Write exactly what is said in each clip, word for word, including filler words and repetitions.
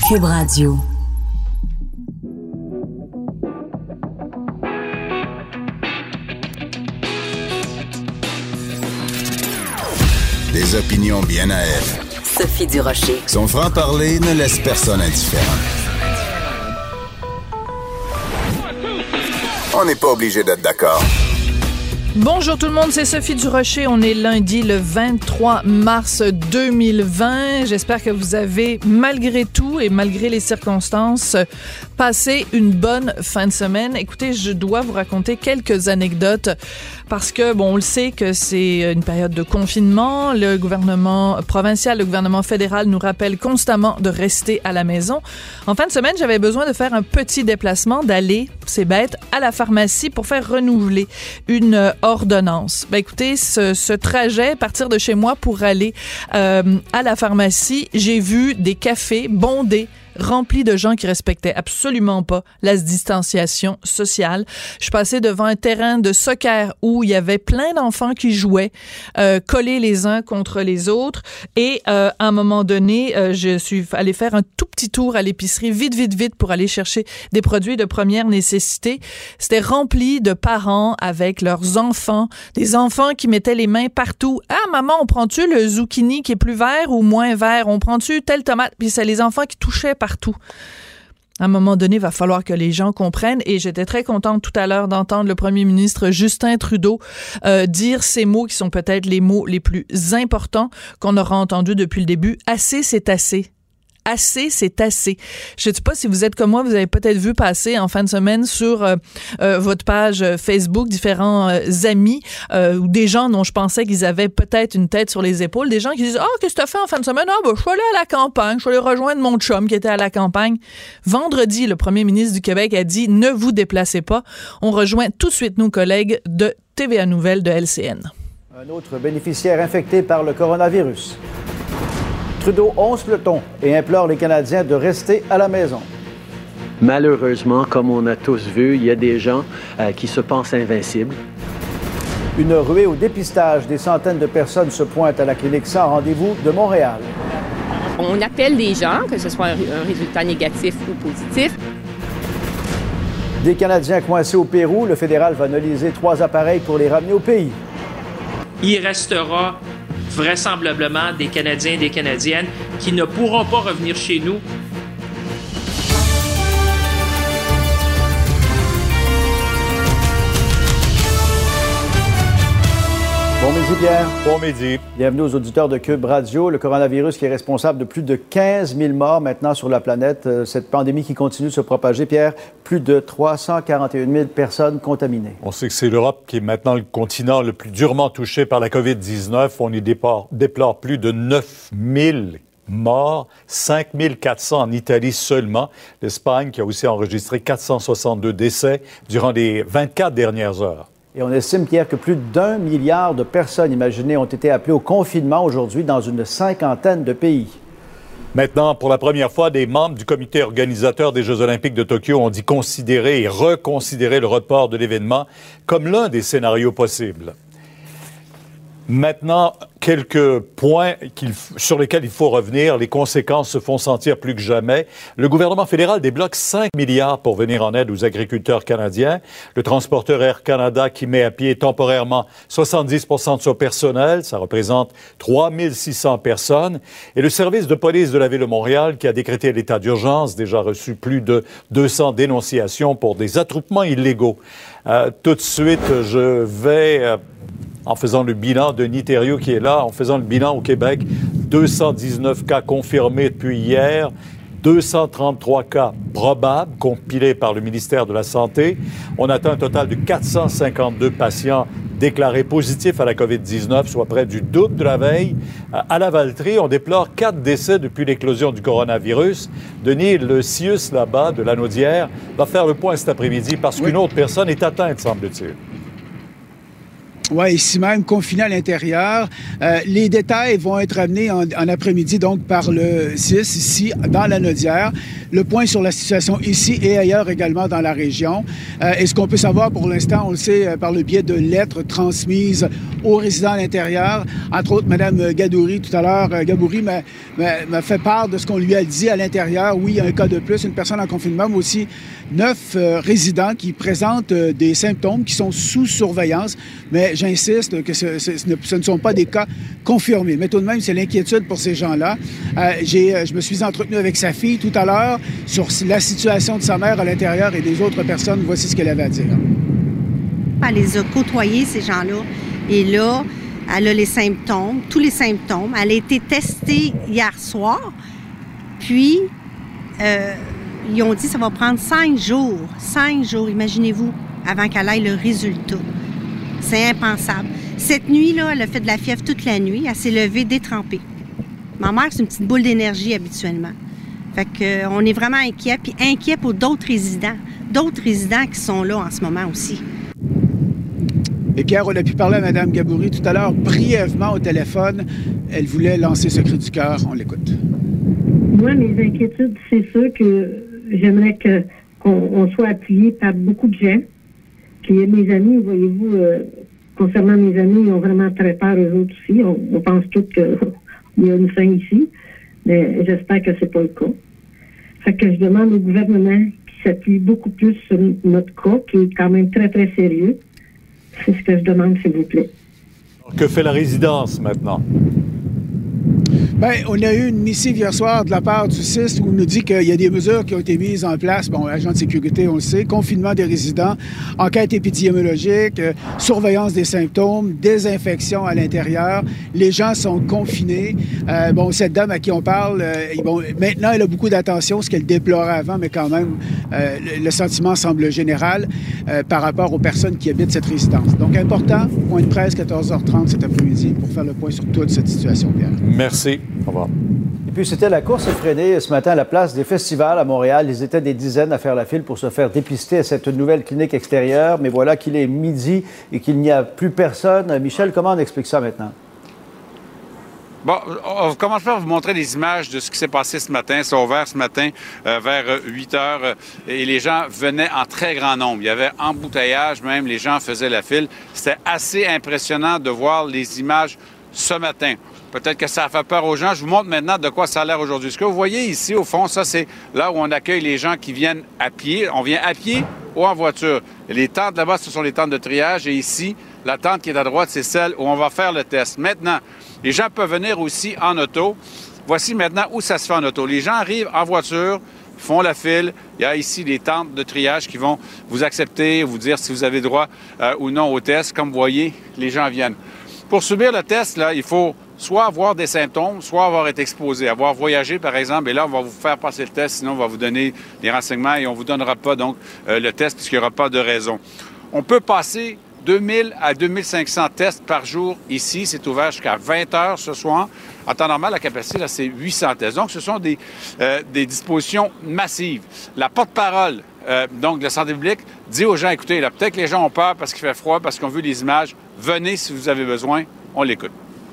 Cube Radio. Des opinions bien à elle. Sophie Durocher. Son franc-parler ne laisse personne indifférent. On n'est pas obligé d'être d'accord. Bonjour tout le monde, c'est Sophie Durocher. On est lundi le vingt-trois mars deux mille vingt. J'espère que vous avez, malgré tout et malgré les circonstances, passé une bonne fin de semaine. Écoutez, je dois vous raconter quelques anecdotes parce que, bon, on le sait que c'est une période de confinement. Le gouvernement provincial, le gouvernement fédéral nous rappelle constamment de rester à la maison. En fin de semaine, j'avais besoin de faire un petit déplacement, d'aller, c'est bête, à la pharmacie pour faire renouveler une ordonnance. Ben écoutez, ce, ce trajet, partir de chez moi pour aller euh, à la pharmacie, j'ai vu des cafés bondés, rempli de gens qui respectaient absolument pas la distanciation sociale. Je suis passée devant un terrain de soccer où il y avait plein d'enfants qui jouaient, euh, collés les uns contre les autres. Et euh, à un moment donné, euh, je suis allée faire un tout petit tour à l'épicerie, vite, vite, vite, pour aller chercher des produits de première nécessité. C'était rempli de parents avec leurs enfants, des enfants qui mettaient les mains partout. « Ah, maman, on prend-tu le zucchini qui est plus vert ou moins vert? On prend-tu telle tomate? » Puis c'est les enfants qui touchaient partout. À un moment donné, il va falloir que les gens comprennent et j'étais très contente tout à l'heure d'entendre le premier ministre Justin Trudeau euh, dire ces mots qui sont peut-être les mots les plus importants qu'on aura entendus depuis le début. Assez, c'est assez. Assez, c'est assez. Je ne sais pas si vous êtes comme moi, vous avez peut-être vu passer en fin de semaine sur euh, euh, votre page Facebook différents euh, amis euh, ou des gens dont je pensais qu'ils avaient peut-être une tête sur les épaules, des gens qui disent « Ah, oh, qu'est-ce que tu as fait en fin de semaine? Ah, ben, je suis allé à la campagne, je suis allé rejoindre mon chum qui était à la campagne. » Vendredi, le premier ministre du Québec a dit « Ne vous déplacez pas. » On rejoint tout de suite nos collègues de T V A Nouvelles de L C N. Un autre bénéficiaire infecté par le coronavirus. Trudeau hausse le ton et implore les Canadiens de rester à la maison. Malheureusement, comme on a tous vu, il y a des gens euh, qui se pensent invincibles. Une ruée au dépistage. Des centaines de personnes se pointent à la clinique sans rendez-vous de Montréal. On appelle les gens, que ce soit un résultat négatif ou positif. Des Canadiens coincés au Pérou. Le fédéral va analyser trois appareils pour les ramener au pays. Il restera vraisemblablement des Canadiens et des Canadiennes qui ne pourront pas revenir chez nous. Bon midi, Pierre. Bon midi. Bienvenue aux auditeurs de Cube Radio. Le coronavirus qui est responsable de plus de quinze mille morts maintenant sur la planète. Cette pandémie qui continue de se propager, Pierre, plus de trois cent quarante et un mille personnes contaminées. On sait que c'est l'Europe qui est maintenant le continent le plus durement touché par la covid dix-neuf. On y déplore, déplore plus de neuf mille morts, cinq mille quatre cents en Italie seulement. L'Espagne qui a aussi enregistré quatre cent soixante-deux décès durant les vingt-quatre dernières heures. Et on estime, Pierre, que plus d'un milliard de personnes, imaginez, ont été appelées au confinement aujourd'hui dans une cinquantaine de pays. Maintenant, pour la première fois, des membres du comité organisateur des Jeux olympiques de Tokyo ont dit considérer et reconsidérer le report de l'événement comme l'un des scénarios possibles. Maintenant, quelques points qu'il, sur lesquels il faut revenir. Les conséquences se font sentir plus que jamais. Le gouvernement fédéral débloque cinq milliards pour venir en aide aux agriculteurs canadiens. Le transporteur Air Canada qui met à pied temporairement soixante-dix pour cent de son personnel, ça représente trois mille six cents personnes. Et le service de police de la Ville de Montréal qui a décrété l'état d'urgence, déjà reçu plus de deux cents dénonciations pour des attroupements illégaux. Euh, tout de suite, je vais... Euh, en faisant le bilan de Denis Thériault qui est là, en faisant le bilan au Québec, deux cent dix-neuf cas confirmés depuis hier, deux cent trente-trois cas probables compilés par le ministère de la Santé. On atteint un total de quatre cent cinquante-deux patients déclarés positifs à la covid dix-neuf, soit près du double de la veille. À la Valtrie, on déplore quatre décès depuis l'éclosion du coronavirus. Denis, le C I U S là-bas, de Lanaudière, va faire le point cet après-midi parce oui. qu'une autre personne est atteinte, semble-t-il. Oui, ici même, confinés à l'intérieur. Euh, les détails vont être amenés en, en après-midi, donc par le S I S, ici, dans la Naudière. Le point sur la situation ici et ailleurs également dans la région. Euh, et ce qu'on peut savoir pour l'instant, on le sait euh, par le biais de lettres transmises aux résidents à l'intérieur. Entre autres, Mme Gadouri, tout à l'heure, euh, Gabouri m'a, m'a, m'a fait part de ce qu'on lui a dit à l'intérieur. Oui, il y a un cas de plus, une personne en confinement, mais aussi neuf euh, résidents qui présentent euh, des symptômes qui sont sous surveillance. Mais j'insiste que ce, ce, ce ne sont pas des cas confirmés. Mais tout de même, c'est l'inquiétude pour ces gens-là. Euh, j'ai, je me suis entretenu avec sa fille tout à l'heure sur la situation de sa mère à l'intérieur et des autres personnes. Voici ce qu'elle avait à dire. Elle les a côtoyés, ces gens-là. Et là, elle a les symptômes, tous les symptômes. Elle a été testée hier soir. Puis, euh, ils ont dit que ça va prendre cinq jours. Cinq jours, imaginez-vous, avant qu'elle ait le résultat. C'est impensable. Cette nuit-là, elle a fait de la fièvre toute la nuit. Elle s'est levée détrempée. Ma mère, c'est une petite boule d'énergie habituellement. Fait que, euh, on est vraiment inquiets, puis inquiets pour d'autres résidents. D'autres résidents qui sont là en ce moment aussi. Et Pierre, on a pu parler à Mme Gabouri tout à l'heure, brièvement au téléphone. Elle voulait lancer ce cri du cœur. On l'écoute. Moi, mes inquiétudes, c'est sûr que j'aimerais que, qu'on on soit appuyé par beaucoup de gens. Puis mes amis, voyez-vous, euh, concernant mes amis, ils ont vraiment très peur, eux autres aussi. On, on pense tous qu'il y a une fin ici, mais j'espère que c'est pas le cas. Fait que je demande au gouvernement qui s'appuie beaucoup plus sur notre cas, qui est quand même très, très sérieux. C'est ce que je demande, s'il vous plaît. Que fait la résidence maintenant? Bien, on a eu une missive hier soir de la part du S I S où on nous dit qu'il y a des mesures qui ont été mises en place. Bon, agents de sécurité, on le sait, confinement des résidents, enquête épidémiologique, euh, surveillance des symptômes, désinfection à l'intérieur. Les gens sont confinés. Euh, bon, cette dame à qui on parle, euh, bon, maintenant, elle a beaucoup d'attention, ce qu'elle déplorait avant, mais quand même, euh, le, le sentiment semble général euh, par rapport aux personnes qui habitent cette résidence. Donc, important, point de presse, quatorze heures trente cet après-midi, pour faire le point sur toute cette situation, Pierre. Merci. Au revoir. Et puis, c'était la course effrénée ce matin à la place des festivals à Montréal. Ils étaient des dizaines à faire la file pour se faire dépister à cette nouvelle clinique extérieure. Mais voilà qu'il est midi et qu'il n'y a plus personne. Michel, comment on explique ça maintenant? Bon, on commence par vous montrer des images de ce qui s'est passé ce matin. C'est ouvert ce matin euh, vers huit heures euh, et les gens venaient en très grand nombre. Il y avait embouteillage même, les gens faisaient la file. C'était assez impressionnant de voir les images ce matin. Peut-être que ça a fait peur aux gens. Je vous montre maintenant de quoi ça a l'air aujourd'hui. Ce que vous voyez ici, au fond, ça, c'est là où on accueille les gens qui viennent à pied. On vient à pied ou en voiture. Et les tentes là-bas, ce sont les tentes de triage. Et ici, la tente qui est à droite, c'est celle où on va faire le test. Maintenant, les gens peuvent venir aussi en auto. Voici maintenant où ça se fait en auto. Les gens arrivent en voiture, font la file. Il y a ici des tentes de triage qui vont vous accepter, vous dire si vous avez droit euh, ou non au test. Comme vous voyez, les gens viennent. Pour subir le test, là, il faut soit avoir des symptômes, soit avoir été exposé, avoir voyagé, par exemple, et là, on va vous faire passer le test, sinon on va vous donner des renseignements et on ne vous donnera pas, donc, euh, le test, puisqu'il n'y aura pas de raison. On peut passer deux mille à deux mille cinq cents tests par jour ici. C'est ouvert jusqu'à vingt heures ce soir. En temps normal, la capacité, là, c'est huit cents tests. Donc, ce sont des, euh, des dispositions massives. La porte-parole, euh, donc, de la santé publique, dit aux gens, écoutez, là, peut-être que les gens ont peur parce qu'il fait froid, parce qu'on veut des images. Venez si vous avez besoin. On l'écoute.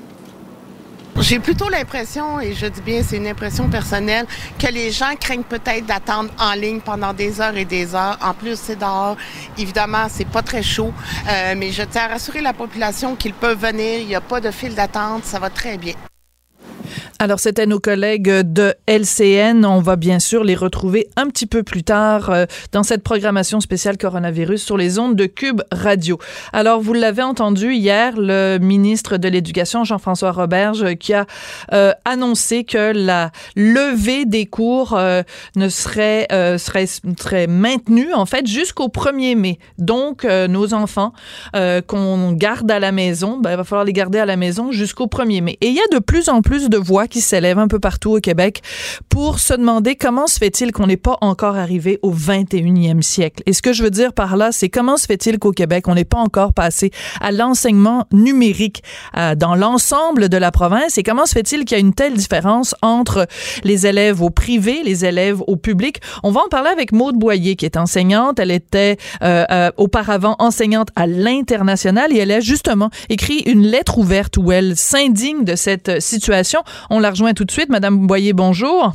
J'ai plutôt l'impression, et je dis bien c'est une impression personnelle, que les gens craignent peut-être d'attendre en ligne pendant des heures et des heures. En plus, c'est dehors. Évidemment, c'est pas très chaud. Euh, mais je tiens à rassurer la population qu'ils peuvent venir. Il n'y a pas de file d'attente. Ça va très bien. Alors, c'était nos collègues de L C N. On va bien sûr les retrouver un petit peu plus tard euh, dans cette programmation spéciale coronavirus sur les ondes de Cube Radio. Alors, vous l'avez entendu hier, le ministre de l'Éducation, Jean-François Roberge, qui a euh, annoncé que la levée des cours euh, ne serait, euh, serait, serait maintenue, en fait, jusqu'au premier mai. Donc, euh, nos enfants euh, qu'on garde à la maison, ben, il va falloir les garder à la maison jusqu'au premier mai. Et il y a de plus en plus de voix voix qui s'élèvent un peu partout au Québec pour se demander comment se fait-il qu'on n'est pas encore arrivé au vingt et unième siècle. Et ce que je veux dire par là, c'est comment se fait-il qu'au Québec, on n'est pas encore passé à l'enseignement numérique euh, dans l'ensemble de la province, et comment se fait-il qu'il y a une telle différence entre les élèves au privé, les élèves au public. On va en parler avec Maude Boyer, qui est enseignante. Elle était euh, euh, auparavant enseignante à l'international et elle a justement écrit une lettre ouverte où elle s'indigne de cette situation. On la rejoint tout de suite. Madame Boyer, bonjour.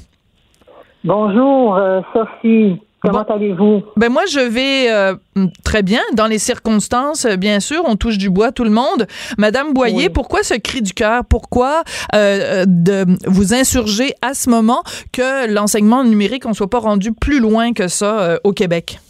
Bonjour, euh, Sophie. Comment bon. allez-vous? Ben moi, je vais euh, très bien. Dans les circonstances, bien sûr, on touche du bois, tout le monde. Madame Boyer, oui. Pourquoi ce cri du cœur? Pourquoi euh, de vous insurger à ce moment que l'enseignement numérique, on ne soit pas rendu plus loin que ça euh, au Québec?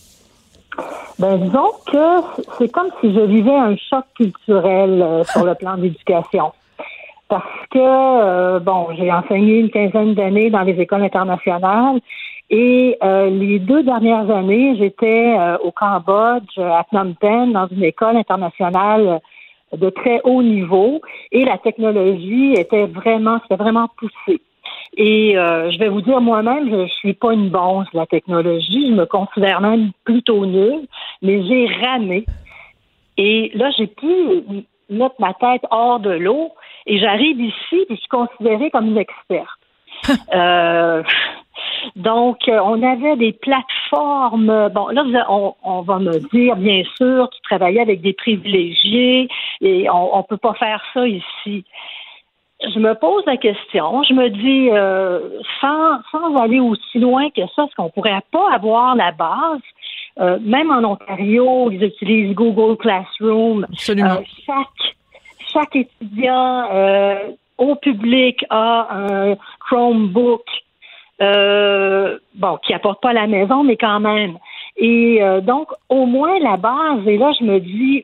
Ben, disons que c'est comme si je vivais un choc culturel euh, sur le plan de l'éducation. Parce que, euh, bon, j'ai enseigné une quinzaine d'années dans les écoles internationales et euh, les deux dernières années, j'étais euh, au Cambodge, à Phnom Penh, dans une école internationale de très haut niveau et la technologie était vraiment, c'était vraiment poussée. Et euh, je vais vous dire moi-même, je, je suis pas une bonze de la technologie, je me considère même plutôt nulle, mais j'ai ramé. Et là, j'ai pu mettre ma tête hors de l'eau et j'arrive ici et je suis considérée comme une experte. euh, donc, on avait des plateformes. Bon, là, on, on va me dire, bien sûr, tu travaillais avec des privilégiés et on ne peut pas faire ça ici. Je me pose la question, je me dis, euh, sans, sans aller aussi loin que ça, est-ce qu'on pourrait pas avoir la base? Euh, même en Ontario, ils utilisent Google Classroom. Absolument. Euh, chaque, chaque étudiant euh, au public a un Chromebook, euh, bon, qui apporte pas à la maison, mais quand même. Et euh, donc, au moins la base, et là, je me dis...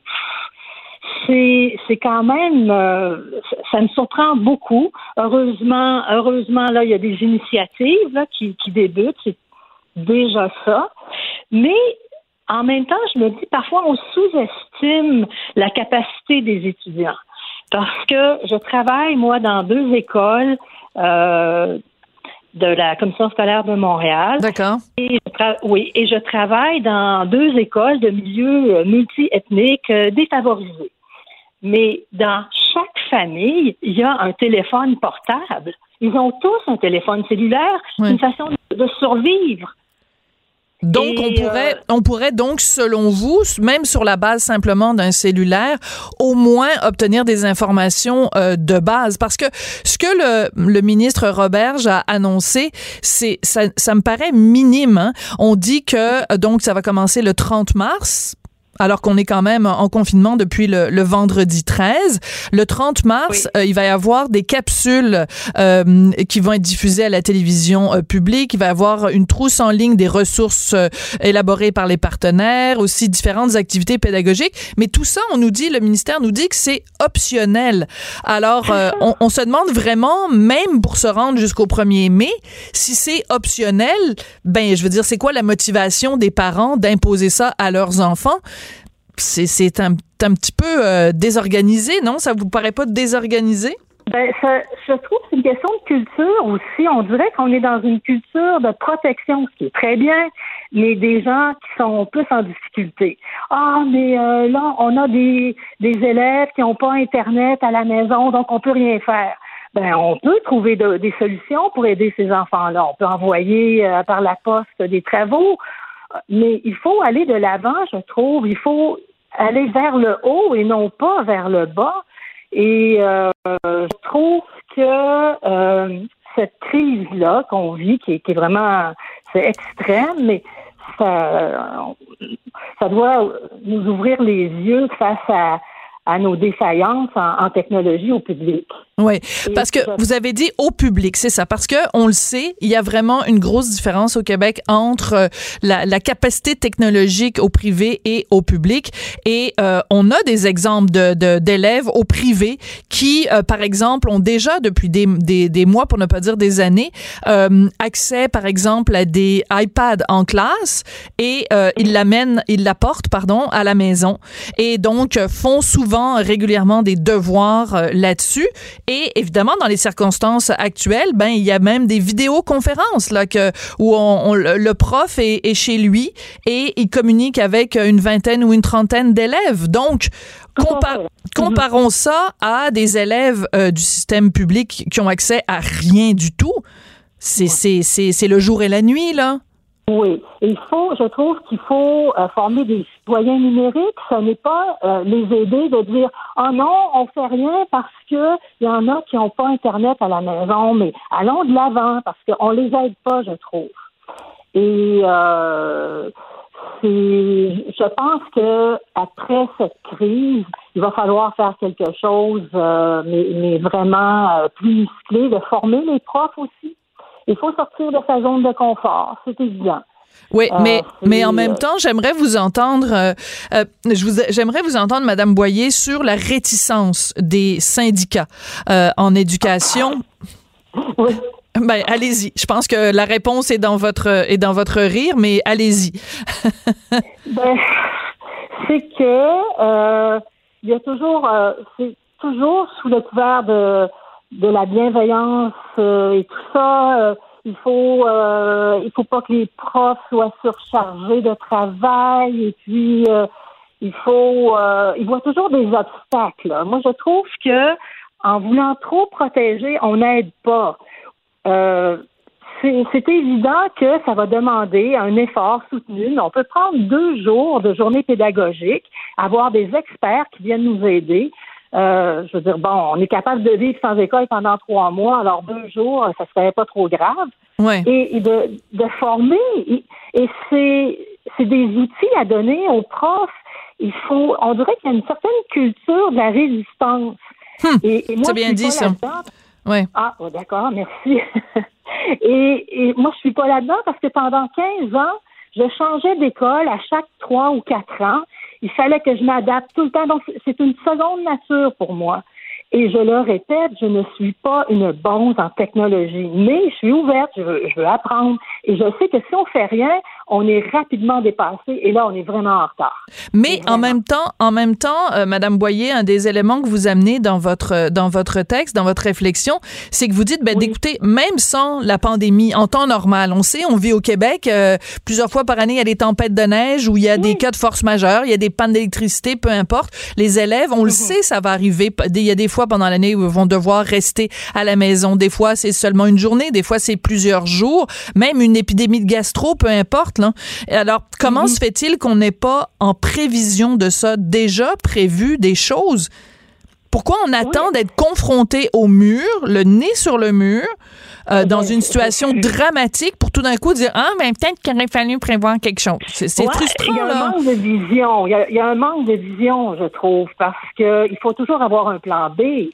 C'est, c'est quand même, euh, ça me surprend beaucoup. Heureusement, heureusement, là, il y a des initiatives là, qui, qui débutent, c'est déjà ça. Mais en même temps, je me dis, parfois, on sous-estime la capacité des étudiants. Parce que je travaille, moi, dans deux écoles euh, de la Commission scolaire de Montréal. D'accord. Et je tra- oui, et je travaille dans deux écoles de milieux multi-ethniques euh, défavorisés. Mais dans chaque famille, il y a un téléphone portable. Ils ont tous un téléphone cellulaire. Oui. C'est une façon de, de survivre. Donc, Et on pourrait, euh, on pourrait donc, selon vous, même sur la base simplement d'un cellulaire, au moins obtenir des informations euh, de base. Parce que ce que le, le ministre Roberge a annoncé, c'est ça, ça me paraît minime. Hein? On dit que donc ça va commencer le trente mars. Alors qu'on est quand même en confinement depuis le, le vendredi treize. Le trente mars, oui. euh, il va y avoir des capsules euh, qui vont être diffusées à la télévision euh, publique. Il va y avoir une trousse en ligne des ressources euh, élaborées par les partenaires, aussi différentes activités pédagogiques. Mais tout ça, on nous dit, le ministère nous dit que c'est optionnel. Alors, euh, on, on se demande vraiment, même pour se rendre jusqu'au premier mai, si c'est optionnel, ben, je veux dire, c'est quoi la motivation des parents d'imposer ça à leurs enfants? C'est, c'est un, un petit peu euh, désorganisé, non? Ça vous paraît pas désorganisé? Ben, ça, je trouve que c'est une question de culture aussi. On dirait qu'on est dans une culture de protection, ce qui est très bien, mais des gens qui sont plus en difficulté. Ah, mais euh, là, on a des, des élèves qui n'ont pas Internet à la maison, donc on peut rien faire. Ben, on peut trouver de, des solutions pour aider ces enfants-là. On peut envoyer euh, par la poste des travaux. Mais il faut aller de l'avant, je trouve. Il faut aller vers le haut et non pas vers le bas. Et euh, je trouve que euh, cette crise-là qu'on vit, qui est, qui est vraiment c'est extrême, mais ça, ça doit nous ouvrir les yeux face à, à nos défaillances en, en technologie au public. Oui, parce que vous avez dit au public, c'est ça, parce que on le sait, il y a vraiment une grosse différence au Québec entre la, la capacité technologique au privé et au public, et euh, on a des exemples de, de d'élèves au privé qui, euh, par exemple, ont déjà depuis des, des, des mois, pour ne pas dire des années, euh, accès, par exemple, à des iPads en classe et euh, ils l'amènent, ils l'apportent, pardon, à la maison, et donc font souvent régulièrement des devoirs euh, là-dessus. Et évidemment, dans les circonstances actuelles, ben il y a même des vidéoconférences là que où on, on, le prof est, est chez lui et il communique avec une vingtaine ou une trentaine d'élèves. Donc, compar- comparons ça à des élèves euh, du système public qui ont accès à rien du tout. C'est, c'est, c'est, c'est le jour et la nuit, là. Oui. Et il faut, je trouve qu'il faut euh, former des citoyens numériques. Ce n'est pas euh, les aider de dire « Oh non, on fait rien parce que il y en a qui n'ont pas Internet à la maison. » Mais allons de l'avant parce qu'on les aide pas, je trouve. Et euh, c'est, je pense que après cette crise, il va falloir faire quelque chose, euh, mais, mais vraiment euh, plus musclé, de former les profs aussi. Il faut sortir de sa zone de confort, c'est évident. Oui, euh, mais mais en même temps, j'aimerais vous entendre. Euh, euh, je vous, j'aimerais vous entendre, Madame Boyer, sur la réticence des syndicats euh, en éducation. Oui. Ben, allez-y. Je pense que la réponse est dans votre est dans votre rire, mais allez-y. ben, c'est que euh, il y a toujours, euh, c'est toujours sous le couvert de de la bienveillance euh, et tout ça. Euh, il faut euh, il faut pas que les profs soient surchargés de travail et puis euh, il faut euh, ils voient toujours des obstacles. Là. Moi, je trouve que en voulant trop protéger, on n'aide pas. Euh, c'est, c'est évident que ça va demander un effort soutenu. On peut prendre deux jours de journée pédagogique, avoir des experts qui viennent nous aider. Euh, je veux dire, bon, on est capable de vivre sans école pendant trois mois, alors deux jours, ça serait pas trop grave. Ouais. Et, et de, de former, et, et c'est, c'est des outils à donner aux profs. Il faut, on dirait qu'il y a une certaine culture de la résistance. Hum, et, et moi, c'est bien dit, ça. Ouais. Ah, oh, d'accord, merci. et, et moi, je suis pas là-dedans parce que pendant quinze ans, je changeais d'école à chaque trois ou quatre ans. Il fallait que je m'adapte tout le temps. Donc, c'est une seconde nature pour moi. Et je le répète, je ne suis pas une bonze en technologie, mais je suis ouverte, je veux, je veux apprendre. Et je sais que si on fait rien, on est rapidement dépassé et là, on est vraiment en retard. Mais en même temps, en même temps, euh, Madame Boyer, un des éléments que vous amenez dans votre dans votre texte, dans votre réflexion, c'est que vous dites, ben, oui. d'écouter, même sans la pandémie, en temps normal, on sait, on vit au Québec, euh, plusieurs fois par année, il y a des tempêtes de neige où il y a oui. des cas de force majeure, il y a des pannes d'électricité, peu importe. Les élèves, on mm-hmm. le sait, ça va arriver. Il y a des fois pendant l'année où ils vont devoir rester à la maison. Des fois, c'est seulement une journée, des fois, c'est plusieurs jours. Même une épidémie de gastro, peu importe. Là. Alors, comment mm-hmm. se fait-il qu'on n'ait pas en prévision de ça déjà prévu des choses? Pourquoi on attend oui. d'être confronté au mur, le nez sur le mur, euh, dans une situation dramatique pour tout d'un coup dire « Ah, ben peut-être qu'il aurait fallu prévoir quelque chose. » C'est, c'est ouais, frustrant, il y a là. un manque de vision. Il y a, il y a un manque de vision, je trouve, parce que il faut toujours avoir un plan B.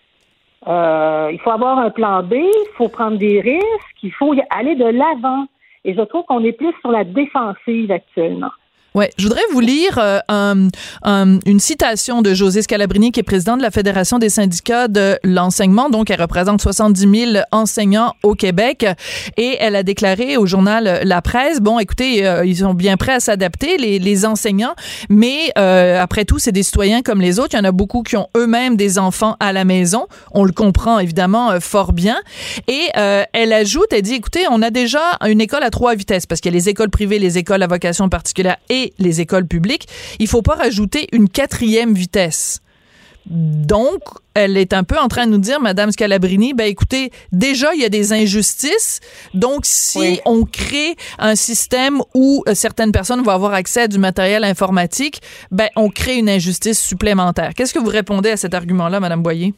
Euh, il faut avoir un plan B, il faut prendre des risques, il faut aller de l'avant. Et je trouve qu'on est plus sur la défensive actuellement. Ouais, je voudrais vous lire euh, un, un, une citation de Josée Scalabrini, qui est présidente de la Fédération des syndicats de l'enseignement. Donc, elle représente soixante-dix mille enseignants au Québec. Et elle a déclaré au journal La Presse, bon, écoutez, euh, ils sont bien prêts à s'adapter, les, les enseignants, mais euh, après tout, c'est des citoyens comme les autres. Il y en a beaucoup qui ont eux-mêmes des enfants à la maison. On le comprend évidemment euh, fort bien. Et euh, elle ajoute, elle dit, écoutez, on a déjà une école à trois vitesses, parce qu'il y a les écoles privées, les écoles à vocation particulière et les écoles publiques. Il faut pas rajouter une quatrième vitesse. Donc, elle est un peu en train de nous dire, Madame Scalabrini, ben écoutez, déjà, il y a des injustices. Donc, si oui. on crée un système où euh, certaines personnes vont avoir accès à du matériel informatique, ben on crée une injustice supplémentaire. Qu'est-ce que vous répondez à cet argument-là, Madame Boyer?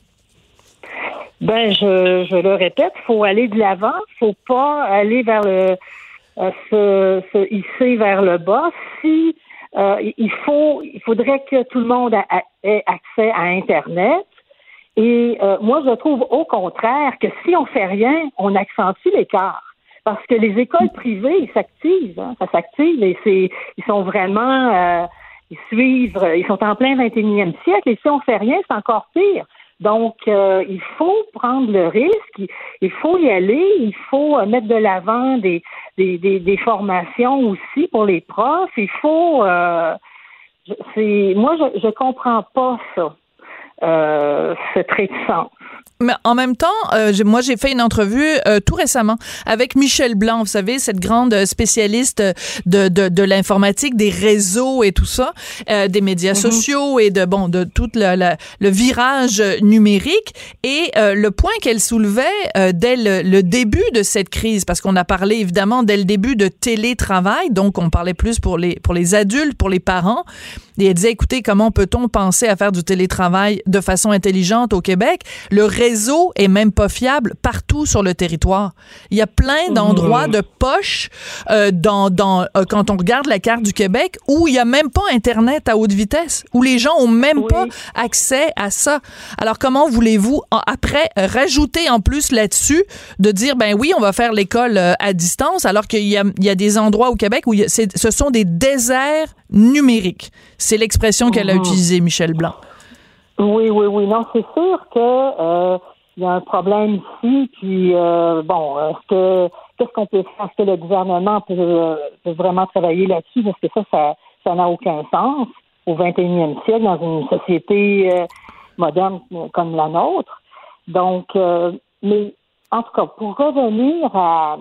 Ben, je, je le répète, il faut aller de l'avant. Il faut pas aller vers le Euh, se, se hisser vers le bas. Si euh, il faut, il faudrait que tout le monde a, a, ait accès à Internet. Et euh, moi, je trouve au contraire que si on fait rien, on accentue l'écart. Parce que les écoles privées, ils s'activent, hein, ça s'active et c'est, ils sont vraiment, euh, ils suivent, ils sont en plein vingt et unième siècle. Et si on fait rien, c'est encore pire. Donc, euh, il faut prendre le risque, il, il faut y aller, il faut euh, mettre de l'avant des, des, des, des formations aussi pour les profs. Il faut, euh, c'est, moi, je, je comprends pas ça, euh, cette réticence. Mais en même temps, euh, j'ai, moi, j'ai fait une entrevue euh, tout récemment avec Michel Blanc, vous savez, cette grande spécialiste de, de, de l'informatique, des réseaux et tout ça, euh, des médias mm-hmm. sociaux et de, bon, de tout le, le, le virage numérique. Et euh, le point qu'elle soulevait euh, dès le, le début de cette crise, parce qu'on a parlé évidemment dès le début de télétravail, donc on parlait plus pour les, pour les adultes, pour les parents. Et elle disait, écoutez, comment peut-on penser à faire du télétravail de façon intelligente au Québec? Le réseau est même pas fiable partout sur le territoire. Il y a plein d'endroits mmh. de poches euh, dans, dans, euh, quand on regarde la carte du Québec où il y a même pas Internet à haute vitesse, où les gens ont même oui. pas accès à ça. Alors, comment voulez-vous, après, rajouter en plus là-dessus de dire, ben oui, on va faire l'école euh, à distance, alors qu'il y a, il y a des endroits au Québec où il y a, c'est, ce sont des déserts numériques. C'est l'expression qu'elle a utilisée, Michel Blanc. Oui, oui, oui. Non, c'est sûr que euh, il y a un problème ici. Puis, euh, bon, est-ce que qu'est-ce qu'on peut faire? Est-ce que le gouvernement peut, euh, peut vraiment travailler là-dessus? Parce que ça, ça, ça n'a aucun sens au vingt et unième siècle dans une société euh, moderne comme la nôtre. Donc, euh, mais en tout cas, pour revenir à,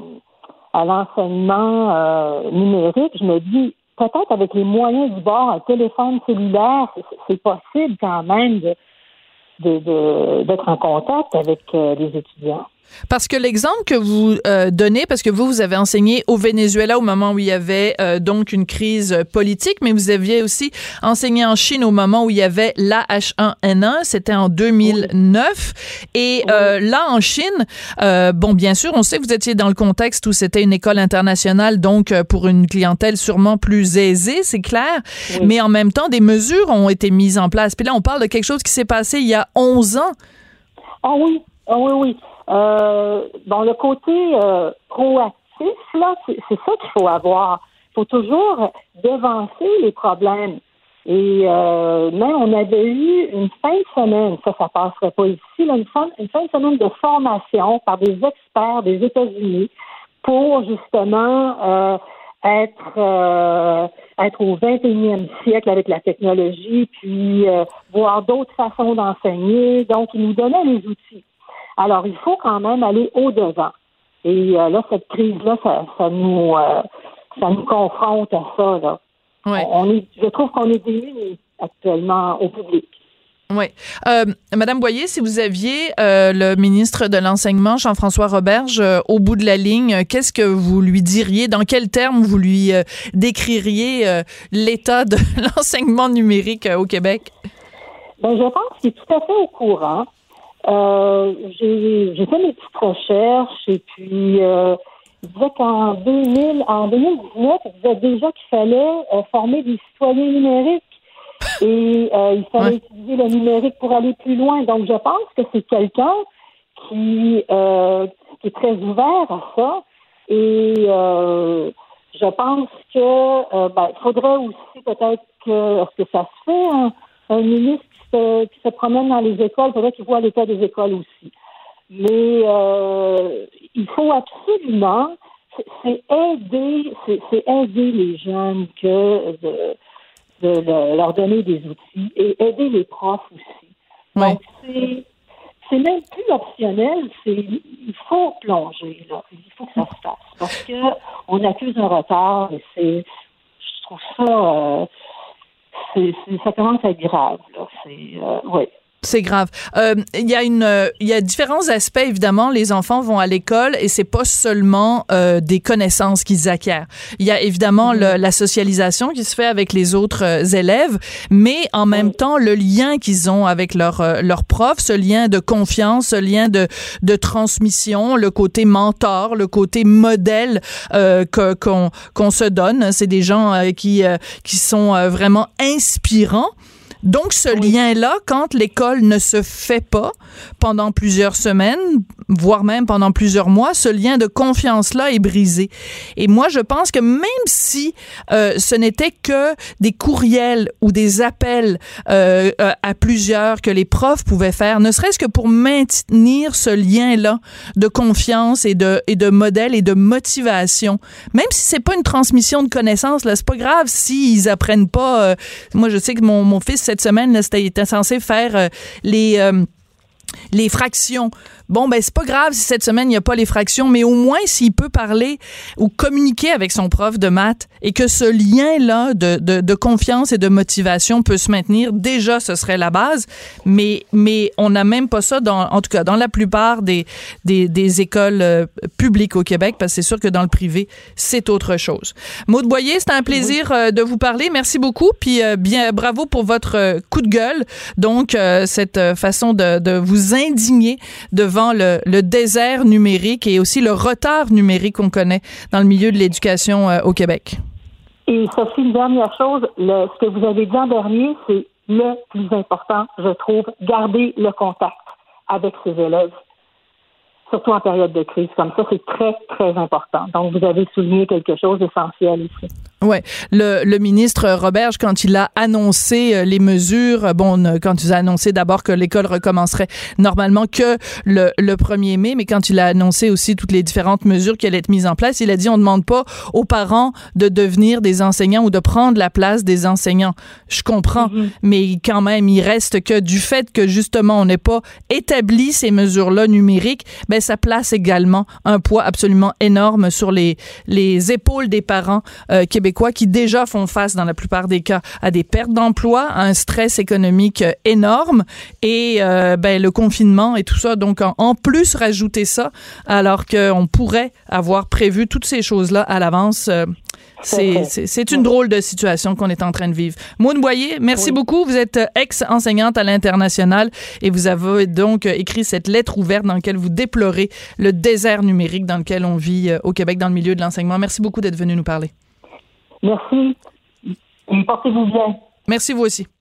à l'enseignement euh, numérique, je me dis, peut-être avec les moyens du bord, un téléphone cellulaire, c'est, c'est possible quand même de, de, de, d'être en contact avec euh, les étudiants. Parce que l'exemple que vous euh, donnez, parce que vous, vous avez enseigné au Venezuela au moment où il y avait euh, donc une crise politique, mais vous aviez aussi enseigné en Chine au moment où il y avait l'A H un N un, c'était en deux mille neuf. Oui. Et euh, là, en Chine, euh, bon, bien sûr, on sait que vous étiez dans le contexte où c'était une école internationale, donc euh, pour une clientèle sûrement plus aisée, c'est clair, oui. mais en même temps, des mesures ont été mises en place. Puis là, on parle de quelque chose qui s'est passé il y a onze ans. Ah oui, ah oui, oui. Euh, bon, le côté euh, proactif, là, c'est, c'est ça qu'il faut avoir. Il faut toujours devancer les problèmes. Et euh, même, on avait eu une fin de semaine, ça, ça passerait pas ici, là, une, fin, une fin de semaine de formation par des experts des États-Unis pour, justement, euh, être euh, être au vingt et unième siècle avec la technologie, puis euh, voir d'autres façons d'enseigner. Donc, ils nous donnaient les outils. Alors, il faut quand même aller au-devant. Et euh, là, cette crise-là, ça, ça nous euh, ça nous confronte à ça, là. Ouais. On, on est, je trouve qu'on est démunis actuellement au public. Oui. Euh, Madame Boyer, si vous aviez euh, le ministre de l'Enseignement, Jean-François Roberge, euh, au bout de la ligne, qu'est-ce que vous lui diriez? Dans quels termes vous lui euh, décririez euh, l'état de l'enseignement numérique euh, au Québec? Ben, je pense qu'il est tout à fait au courant. Euh, j'ai, j'ai fait mes petites recherches et puis euh, il disait qu'en deux mille, en deux mille dix-neuf, il disait déjà qu'il fallait euh, former des citoyens numériques et euh, il fallait ouais. utiliser le numérique pour aller plus loin. Donc, je pense que c'est quelqu'un qui, euh, qui est très ouvert à ça et euh, je pense que euh, ben, il faudrait aussi peut-être que, est-ce que ça se fait, un, un ministre qui se promène dans les écoles, il faudrait qu'ils voient l'état des écoles aussi. Mais euh, il faut absolument, c'est, c'est aider, c'est, c'est aider les jeunes que de, de, de leur donner des outils et aider les profs aussi. Ouais. Donc c'est, c'est même plus optionnel, c'est il faut plonger là, il faut que ça se fasse parce que on accuse un retard et c'est, je trouve ça. Euh, C'est, c'est, ça commence à être grave, là. C'est, euh, ouais. C'est grave. Euh, il y a une, il y a différents aspects, évidemment. Les enfants vont à l'école et c'est pas seulement euh, des connaissances qu'ils acquièrent. Il y a évidemment mmh. le, la socialisation qui se fait avec les autres euh, élèves, mais en même mmh. temps, le lien qu'ils ont avec leur, euh, leur prof, ce lien de confiance, ce lien de, de transmission, le côté mentor, le côté modèle euh, que, qu'on, qu'on se donne. C'est des gens euh, qui, euh, qui sont euh, vraiment inspirants. Donc, ce oui. lien-là, quand l'école ne se fait pas pendant plusieurs semaines, voire même pendant plusieurs mois, ce lien de confiance-là est brisé. Et moi, je pense que même si euh, ce n'était que des courriels ou des appels euh, euh, à plusieurs que les profs pouvaient faire, ne serait-ce que pour maintenir ce lien-là de confiance et de, et de modèle et de motivation, même si c'est pas une transmission de connaissances, là, c'est pas grave s'ils apprennent pas. Euh, moi, je sais que mon, mon fils, cette semaine, là, c'était, il était censé faire euh, les... Euh, les fractions. Bon, ben c'est pas grave si cette semaine, il n'y a pas les fractions, mais au moins, s'il peut parler ou communiquer avec son prof de maths et que ce lien-là de, de, de confiance et de motivation peut se maintenir, déjà, ce serait la base. Mais, mais on n'a même pas ça, dans, en tout cas, dans la plupart des, des, des écoles euh, publiques au Québec, parce que c'est sûr que dans le privé, c'est autre chose. Maude Boyer, c'était un plaisir euh, de vous parler. Merci beaucoup. Puis, euh, bien, bravo pour votre euh, coup de gueule. Donc, euh, cette euh, façon de, de vous indigner devant Le, le désert numérique et aussi le retard numérique qu'on connaît dans le milieu de l'éducation euh, au Québec. Et Sophie, une dernière chose, le, ce que vous avez dit en dernier, c'est le plus important, je trouve, garder le contact avec ses élèves, surtout en période de crise. Comme ça, c'est très, très important. Donc, vous avez souligné quelque chose d'essentiel ici. Ouais, le, le ministre Roberge, quand il a annoncé euh, les mesures, bon, quand il a annoncé d'abord que l'école recommencerait normalement que le, le premier mai, mais quand il a annoncé aussi toutes les différentes mesures qui allaient être mises en place, il a dit on ne demande pas aux parents de devenir des enseignants ou de prendre la place des enseignants. Je comprends, mm-hmm. mais quand même, il reste que du fait que justement on n'ait pas établi ces mesures-là numériques, ben ça place également un poids absolument énorme sur les, les épaules des parents euh, québécois qui déjà font face, dans la plupart des cas, à des pertes d'emploi, à un stress économique énorme et euh, ben, le confinement et tout ça. Donc, en, en plus, rajouter ça, alors qu'on pourrait avoir prévu toutes ces choses-là à l'avance, euh, c'est, c'est, c'est une drôle de situation qu'on est en train de vivre. Maude Boyer, merci oui. beaucoup. Vous êtes ex-enseignante à l'International et vous avez donc écrit cette lettre ouverte dans laquelle vous déplorez le désert numérique dans lequel on vit au Québec dans le milieu de l'enseignement. Merci beaucoup d'être venu nous parler. Merci. Et portez-vous bien. Merci, vous aussi.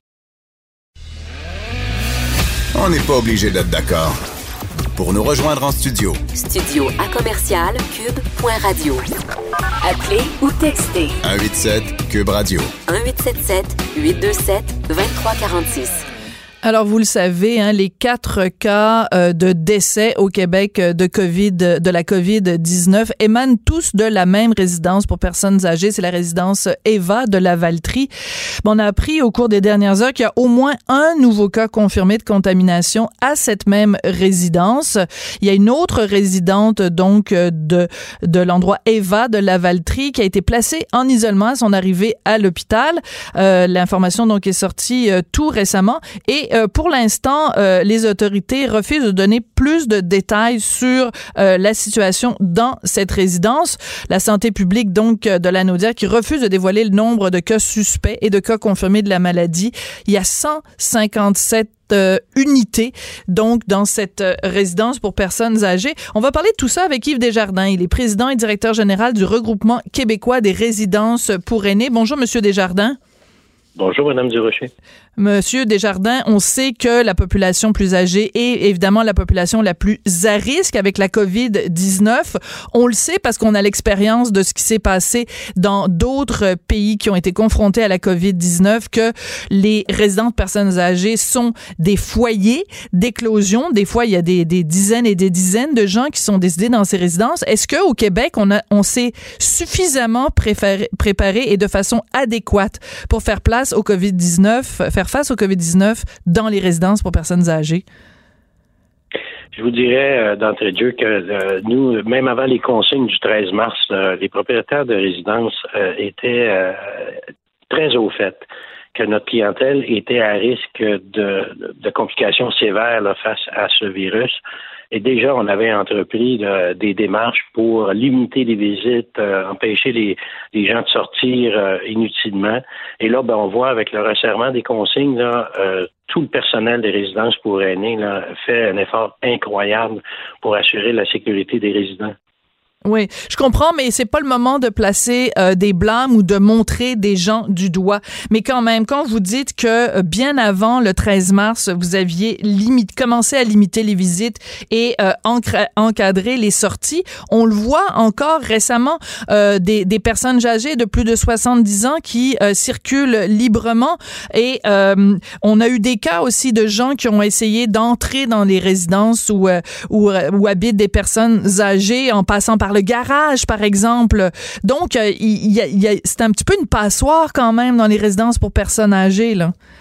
On n'est pas obligé d'être d'accord. Pour nous rejoindre en studio. Studio à commercial cube point radio. Appelez ou textez. un huit sept cube radio. un huit sept sept huit deux sept deux trois quatre six. Alors, vous le savez, hein, les quatre cas euh, de décès au Québec euh, de COVID, de la covid dix-neuf émanent tous de la même résidence pour personnes âgées. C'est la résidence Eva de la Valtrie. Bon, on a appris au cours des dernières heures qu'il y a au moins un nouveau cas confirmé de contamination à cette même résidence. Il y a une autre résidente, donc, de, de l'endroit Eva de la Valtrie qui a été placée en isolement à son arrivée à l'hôpital. Euh, l'information, donc, est sortie euh, tout récemment et Euh, pour l'instant, euh, les autorités refusent de donner plus de détails sur euh, la situation dans cette résidence. La santé publique, donc, de la Naudière, qui refuse de dévoiler le nombre de cas suspects et de cas confirmés de la maladie. Il y a cent cinquante-sept Euh, unités, donc, dans cette euh, résidence pour personnes âgées. On va parler de tout ça avec Yves Desjardins. Il est président et directeur général du Regroupement québécois des résidences pour aînés. Bonjour, Monsieur Desjardins. Bonjour, Madame Durocher. Monsieur Desjardins, on sait que la population plus âgée est évidemment la population la plus à risque avec la covid dix-neuf. On le sait parce qu'on a l'expérience de ce qui s'est passé dans d'autres pays qui ont été confrontés à la covid dix-neuf, que les résidents de personnes âgées sont des foyers d'éclosion. Des fois, il y a des, des dizaines et des dizaines de gens qui sont décédés dans ces résidences. Est-ce qu'au Québec, on, a, on s'est suffisamment préparé, préparé et de façon adéquate pour faire place au covid dix-neuf, faire face au covid dix-neuf dans les résidences pour personnes âgées? Je vous dirais euh, d'entrée de jeu que euh, nous, même avant les consignes du treize mars, euh, les propriétaires de résidences euh, étaient euh, très au fait que notre clientèle était à risque de, de complications sévères là, face à ce virus. Et déjà, on avait entrepris là, des démarches pour limiter les visites, euh, empêcher les, les gens de sortir euh, inutilement. Et là, ben, on voit avec le resserrement des consignes, là, euh, tout le personnel des résidences pour aînés là, fait un effort incroyable pour assurer la sécurité des résidents. Oui, je comprends, mais c'est pas le moment de placer euh, des blâmes ou de montrer des gens du doigt. Mais quand même, quand vous dites que euh, bien avant le treize mars, vous aviez limite, commencé à limiter les visites et euh, encra- encadrer les sorties, on le voit encore récemment, euh, des, des personnes âgées de plus de soixante-dix ans qui euh, circulent librement et euh, on a eu des cas aussi de gens qui ont essayé d'entrer dans les résidences où, euh, où, où habitent des personnes âgées en passant par le garage, par exemple. Donc, euh, il y a, il y a, c'est un petit peu une passoire quand même dans les résidences pour personnes âgées, là.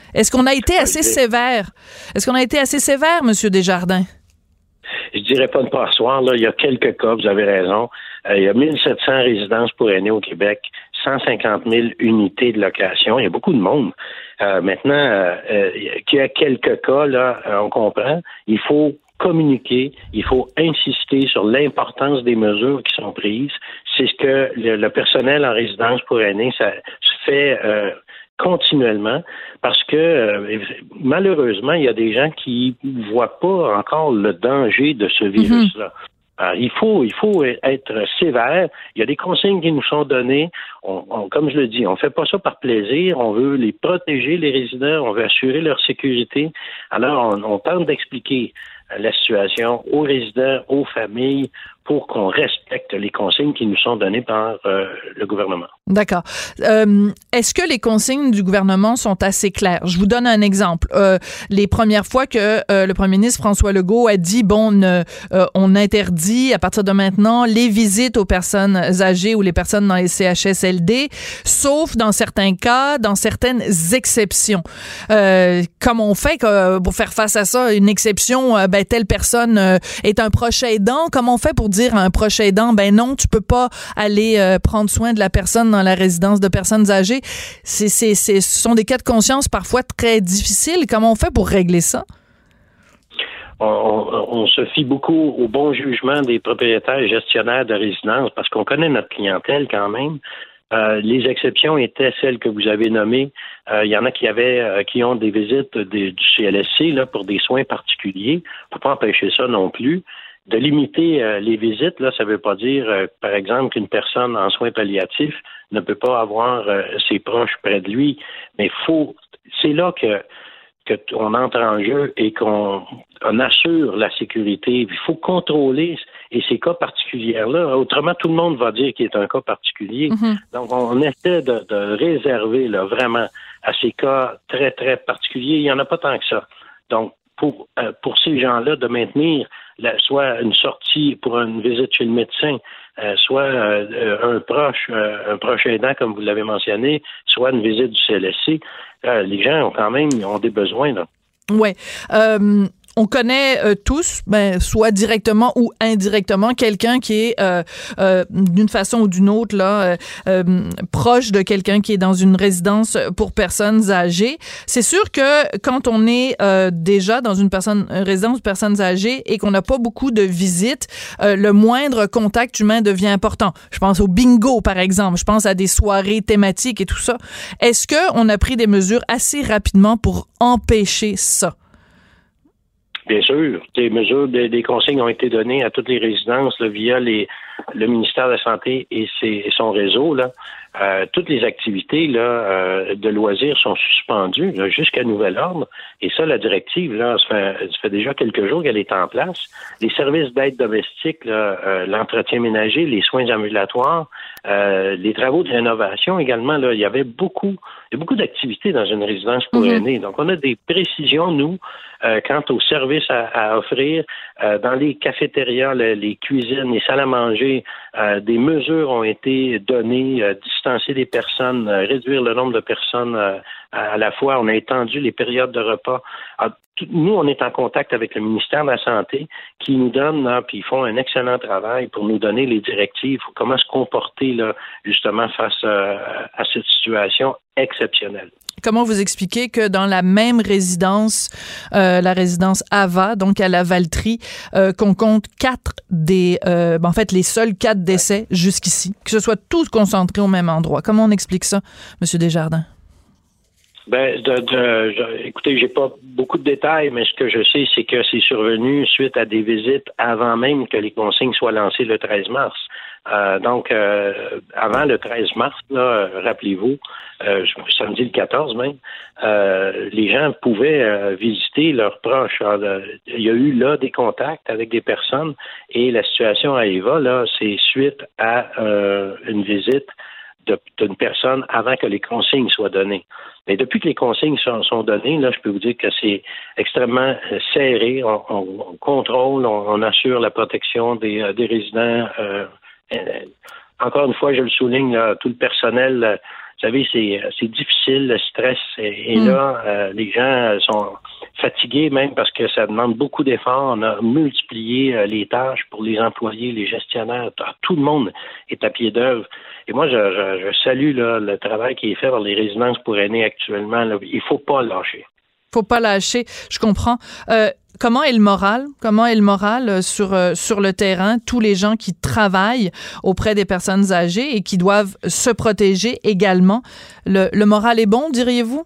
Est-ce qu'on a été assez sévère? Est-ce qu'on a été assez sévère, M. Desjardins? Je dirais pas une passoire, là. Il y a quelques cas, vous avez raison. Euh, il y a mille sept cents résidences pour aînés au Québec, cent cinquante mille unités de location. Il y a beaucoup de monde. Euh, maintenant, euh, euh, qu'il y a quelques cas, là, euh, on comprend. Il faut communiquer, il faut insister sur l'importance des mesures qui sont prises. C'est ce que le, le personnel en résidence pour aînés, ça se fait euh, continuellement, parce que euh, malheureusement, il y a des gens qui ne voient pas encore le danger de ce virus-là. Mm-hmm. Alors, il faut, il faut être sévère. Il y a des consignes qui nous sont données. On, on, comme je le dis, on fait pas ça par plaisir. On veut les protéger, les résidents. On veut assurer leur sécurité. Alors, on, on tente d'expliquer la situation aux résidents, aux familles, pour qu'on respecte les consignes qui nous sont données par euh, le gouvernement. D'accord. Euh, est-ce que les consignes du gouvernement sont assez claires? Je vous donne un exemple. Euh, les premières fois que euh, le premier ministre François Legault a dit, bon, ne, euh, on interdit à partir de maintenant les visites aux personnes âgées ou les personnes dans les C H S L D, sauf dans certains cas, dans certaines exceptions. Euh, comment on fait que, pour faire face à ça, une exception, euh, ben, telle personne euh, est un proche aidant? Comment on fait pour dire à un proche aidant, ben non, tu peux pas aller euh, prendre soin de la personne dans la résidence de personnes âgées? C'est, c'est, c'est, ce sont des cas de conscience parfois très difficiles. Comment on fait pour régler ça? On, on, on se fie beaucoup au bon jugement des propriétaires et gestionnaires de résidences parce qu'on connaît notre clientèle quand même. Euh, les exceptions étaient celles que vous avez nommées. Euh, il y en a qui avaient, euh, qui ont des visites des, du C L S C là, pour des soins particuliers. On ne peut pas empêcher ça non plus. De limiter euh, les visites, là, ça ne veut pas dire, euh, par exemple, qu'une personne en soins palliatifs ne peut pas avoir euh, ses proches près de lui. Mais faut, c'est là que qu'on entre en jeu et qu'on on assure la sécurité. Il faut contrôler et ces cas particuliers-là. Autrement, tout le monde va dire qu'il est un cas particulier. Mm-hmm. Donc, on essaie de, de réserver là, vraiment à ces cas très, très particuliers. Il n'y en a pas tant que ça. Donc, pour, euh, pour ces gens-là, de maintenir la, soit une sortie pour une visite chez le médecin, euh, soit euh, un proche, euh, un proche aidant, comme vous l'avez mentionné, soit une visite du C L S C, euh, les gens ont quand même ils ont des besoins, là. Ouais. Euh... On connaît euh, tous, ben, soit directement ou indirectement, quelqu'un qui est euh, euh, d'une façon ou d'une autre là, euh, euh, proche de quelqu'un qui est dans une résidence pour personnes âgées. C'est sûr que quand on est euh, déjà dans une, personne, une résidence pour personnes âgées et qu'on n'a pas beaucoup de visites, euh, le moindre contact humain devient important. Je pense au bingo, par exemple. Je pense à des soirées thématiques et tout ça. Est-ce qu'on a pris des mesures assez rapidement pour empêcher ça? Bien sûr, des mesures, des, des consignes ont été données à toutes les résidences là, via les, le ministère de la Santé et, ses, et son réseau. Là. Euh, toutes les activités là, euh, de loisirs sont suspendues là, jusqu'à nouvel ordre. Et ça, la directive, là, ça fait, ça fait déjà quelques jours qu'elle est en place. Les services d'aide domestique, là, euh, l'entretien ménager, les soins ambulatoires, euh, les travaux de rénovation également, là, il y avait beaucoup, il y a beaucoup d'activités dans une résidence pour mm-hmm. aînés. Donc, on a des précisions, nous, euh, quant aux services à, à offrir. Euh, dans les cafétérias, les, les cuisines, les salles à manger, euh, des mesures ont été données, euh, distancer des personnes, euh, réduire le nombre de personnes euh, à la fois. On a étendu les périodes de repas. Alors, tout, nous, on est en contact avec le ministère de la Santé qui nous donne, là, puis ils font un excellent travail pour nous donner les directives, comment se comporter là, justement face euh, à cette situation exceptionnelle. Comment vous expliquez que dans la même résidence, euh, la résidence Ava, donc à la Valtrie, euh, qu'on compte quatre des, euh, ben en fait, les seuls quatre décès jusqu'ici, que ce soit tous concentrés au même endroit. Comment on explique ça, M. Desjardins? Ben, de, de, je, écoutez, j'ai pas beaucoup de détails, mais ce que je sais, c'est que c'est survenu suite à des visites avant même que les consignes soient lancées le treize mars. Euh, donc, euh, avant le treize mars, là, rappelez-vous, euh, samedi le quatorze même, euh, les gens pouvaient euh, visiter leurs proches. Alors, il y a eu là des contacts avec des personnes et la situation à Eva, là, c'est suite à euh, une visite de, d'une personne avant que les consignes soient données. Mais depuis que les consignes sont, sont données, là, je peux vous dire que c'est extrêmement serré. On, on, on contrôle, on, on assure la protection des, des résidents. Euh, encore une fois, je le souligne, là, tout le personnel savez, c'est, c'est difficile, le stress est, est mmh. là. Euh, les gens sont fatigués même parce que ça demande beaucoup d'efforts. On a multiplié euh, les tâches pour les employés, les gestionnaires. Tout le monde est à pied d'œuvre. Et moi, je, je, je salue là, le travail qui est fait par les résidences pour aînés actuellement. Là. Il faut pas lâcher. Faut pas lâcher, je comprends. Euh, comment est le moral? Comment est le moral euh, sur, euh, sur le terrain? Tous les gens qui travaillent auprès des personnes âgées et qui doivent se protéger également. Le, le moral est bon, diriez-vous?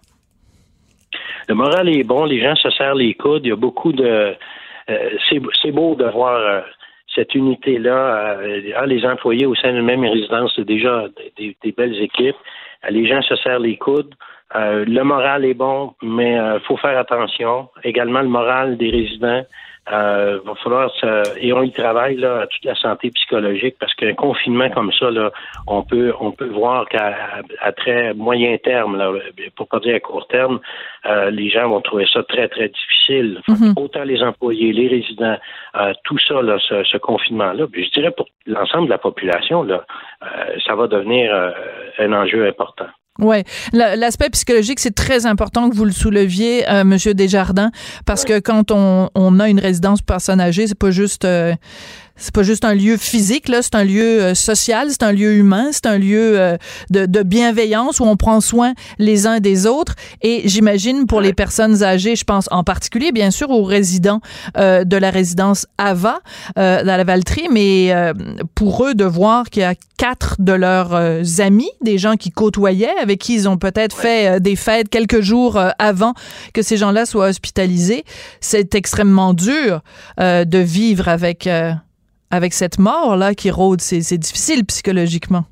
Le moral est bon, les gens se serrent les coudes. Il y a beaucoup de... Euh, c'est, c'est beau de voir euh, cette unité-là. Euh, les employés au sein d'une même résidence, c'est déjà des, des belles équipes. Les gens se serrent les coudes. Euh, le moral est bon, mais il euh, faut faire attention. Également, le moral des résidents. Il euh, va falloir... Se, et on y travaille, là, à toute la santé psychologique, parce qu'un confinement comme ça, là, on peut on peut voir qu'à à, à très moyen terme, là, pour pas dire à court terme, euh, les gens vont trouver ça très, très difficile. Mm-hmm. Autant les employés, les résidents, euh, tout ça, là, ce, ce confinement-là, puis je dirais pour l'ensemble de la population, là, euh, ça va devenir euh, un enjeu important. Ouais, l'aspect psychologique, c'est très important que vous le souleviez, euh, Monsieur Desjardins, parce que quand on, on a une résidence pour personnes âgées, c'est pas juste euh, c'est pas juste un lieu physique, là, c'est un lieu euh, social, c'est un lieu humain, c'est un lieu euh, de, de bienveillance où on prend soin les uns des autres. Et j'imagine pour les personnes âgées, je pense en particulier, bien sûr, aux résidents euh, de la résidence Ava euh, dans la Valtrie, mais euh, pour eux de voir qu'il y a quatre de leurs euh, amis, des gens qui côtoyaient, avec qui ils ont peut-être fait euh, des fêtes quelques jours euh, avant que ces gens-là soient hospitalisés, c'est extrêmement dur euh, de vivre avec euh, avec cette mort-là qui rôde. C'est, c'est difficile psychologiquement.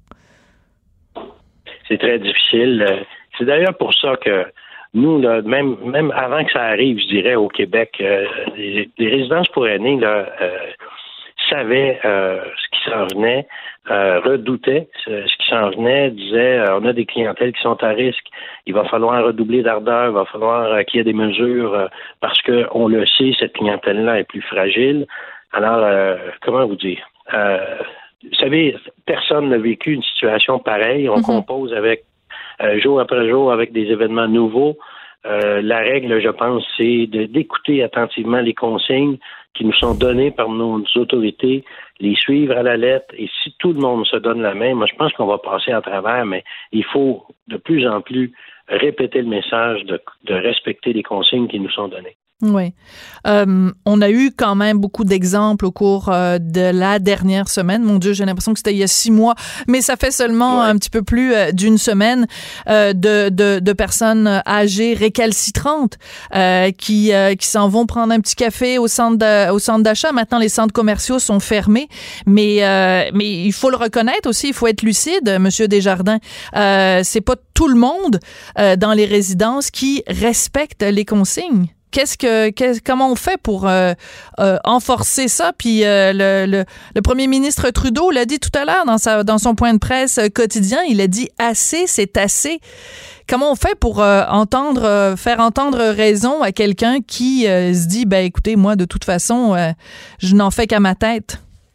C'est très difficile. C'est d'ailleurs pour ça que nous, là, même même avant que ça arrive, je dirais, au Québec, euh, les, les résidences pour aînés là, euh, savaient euh, ce qui s'en venait, euh, redoutaient ce, ce qui s'en venait, disaient euh, on a des clientèles qui sont à risque, il va falloir redoubler d'ardeur, il va falloir euh, qu'il y ait des mesures euh, parce qu'on le sait, cette clientèle-là est plus fragile. Alors, euh, comment vous dire? Euh, vous savez, personne n'a vécu une situation pareille. On mm-hmm. compose avec euh, jour après jour avec des événements nouveaux. Euh, la règle, je pense, c'est de, d'écouter attentivement les consignes qui nous sont données par nos autorités, les suivre à la lettre. Et si tout le monde se donne la main, moi, je pense qu'on va passer à travers, mais il faut de plus en plus répéter le message de, de respecter les consignes qui nous sont données. Oui. Euh, on a eu quand même beaucoup d'exemples au cours euh, de la dernière semaine. Mon Dieu, j'ai l'impression que c'était il y a six mois, mais ça fait seulement ouais. un petit peu plus euh, d'une semaine euh, de, de, de personnes âgées récalcitrantes euh, qui, euh, qui s'en vont prendre un petit café au centre, de, au centre d'achat. Maintenant, les centres commerciaux sont fermés, mais, euh, mais il faut le reconnaître aussi, il faut être lucide, Monsieur Desjardins. Euh, c'est pas tout le monde euh, dans les résidences qui respecte les consignes. Qu'est-ce que, qu'est, comment on fait pour euh, euh, enforcer ça? Puis euh, le, le, le premier ministre Trudeau l'a dit tout à l'heure dans, sa, dans son point de presse quotidien, il a dit « assez, c'est assez ». Comment on fait pour euh, entendre, euh, faire entendre raison à quelqu'un qui euh, se dit « ben écoutez, moi, de toute façon, euh, je n'en fais qu'à ma tête ».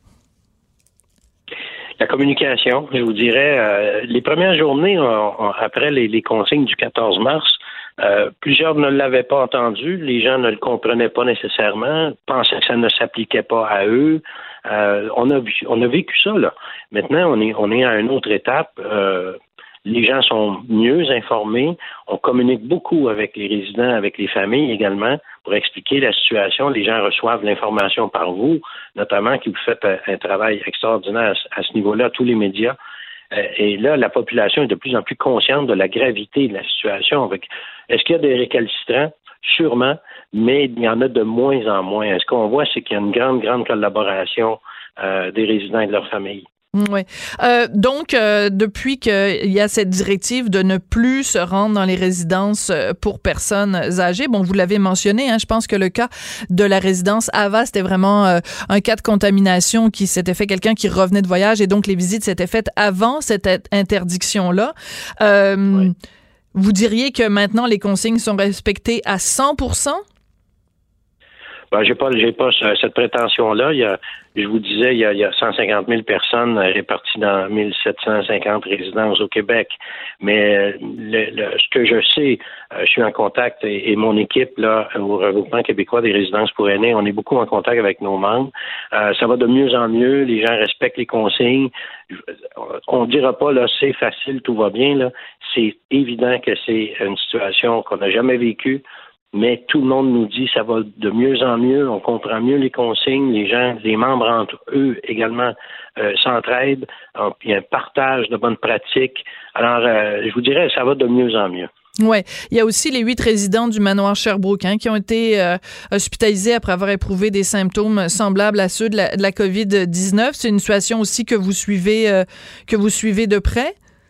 La communication, je vous dirais, euh, les premières journées on, on, après les, les consignes du quatorze mars, Euh, plusieurs ne l'avaient pas entendu, les gens ne le comprenaient pas nécessairement, pensaient que ça ne s'appliquait pas à eux. Euh, on a on a vécu ça là. Maintenant, on est on est à une autre étape. Euh, les gens sont mieux informés. On communique beaucoup avec les résidents, avec les familles également, pour expliquer la situation. Les gens reçoivent l'information par vous, notamment que vous faites un, un travail extraordinaire à, à ce niveau-là, tous les médias. Et là, la population est de plus en plus consciente de la gravité de la situation. Avec, est-ce qu'il y a des récalcitrants? Sûrement, mais il y en a de moins en moins. Ce qu'on voit, c'est qu'il y a une grande, grande collaboration euh, des résidents et de leurs familles. Oui. Euh, donc, euh, depuis qu'il y a cette directive de ne plus se rendre dans les résidences pour personnes âgées, bon, vous l'avez mentionné, hein, je pense que le cas de la résidence Ava, c'était vraiment euh, un cas de contamination qui s'était fait, quelqu'un qui revenait de voyage, et donc les visites s'étaient faites avant cette interdiction-là. Euh, oui. Vous diriez que maintenant, les consignes sont respectées à cent pour cent? Ben, j'ai pas, j'ai pas cette prétention-là. Il y a, je vous disais, il y a, il y a cent cinquante mille personnes réparties dans mille sept cent cinquante résidences au Québec. Mais le, le, ce que je sais, je suis en contact et, et mon équipe là au Regroupement québécois des résidences pour aînés, on est beaucoup en contact avec nos membres. Euh, ça va de mieux en mieux. Les gens respectent les consignes. On ne dira pas là, c'est facile, tout va bien. Là. C'est évident que c'est une situation qu'on n'a jamais vécue. Mais tout le monde nous dit que ça va de mieux en mieux, on comprend mieux les consignes, les gens, les membres entre eux également euh, s'entraident, il y a un partage de bonnes pratiques. Alors, euh, je vous dirais, ça va de mieux en mieux. Ouais, il y a aussi les huit résidents du manoir Sherbrooke hein, qui ont été euh, hospitalisés après avoir éprouvé des symptômes semblables à ceux de la, de la covid dix-neuf. C'est une situation aussi que vous suivez, euh, que vous suivez de près?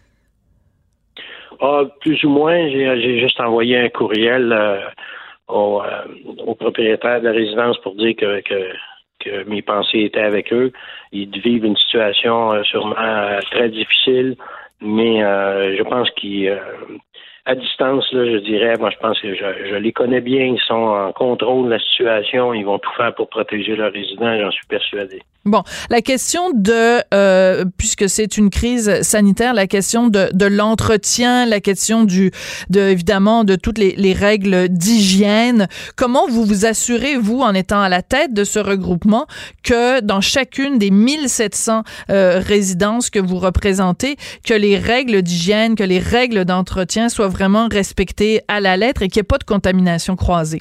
Ah, plus ou moins, j'ai, j'ai juste envoyé un courriel euh, au, euh, au propriétaire de la résidence pour dire que, que, que mes pensées étaient avec eux. Ils vivent une situation euh, sûrement euh, très difficile, mais euh, je pense qu'ils, euh, à distance, là, je dirais, moi je pense que je, je les connais bien, ils sont en contrôle de la situation, ils vont tout faire pour protéger leurs résidents, j'en suis persuadé. Bon, la question de, euh, puisque c'est une crise sanitaire, la question de, de l'entretien, la question du, de évidemment de toutes les, les règles d'hygiène. Comment vous vous assurez, vous, en étant à la tête de ce regroupement, que dans chacune des mille sept cents euh, résidences que vous représentez, que les règles d'hygiène, que les règles d'entretien soient vraiment respectées à la lettre et qu'il n'y ait pas de contamination croisée?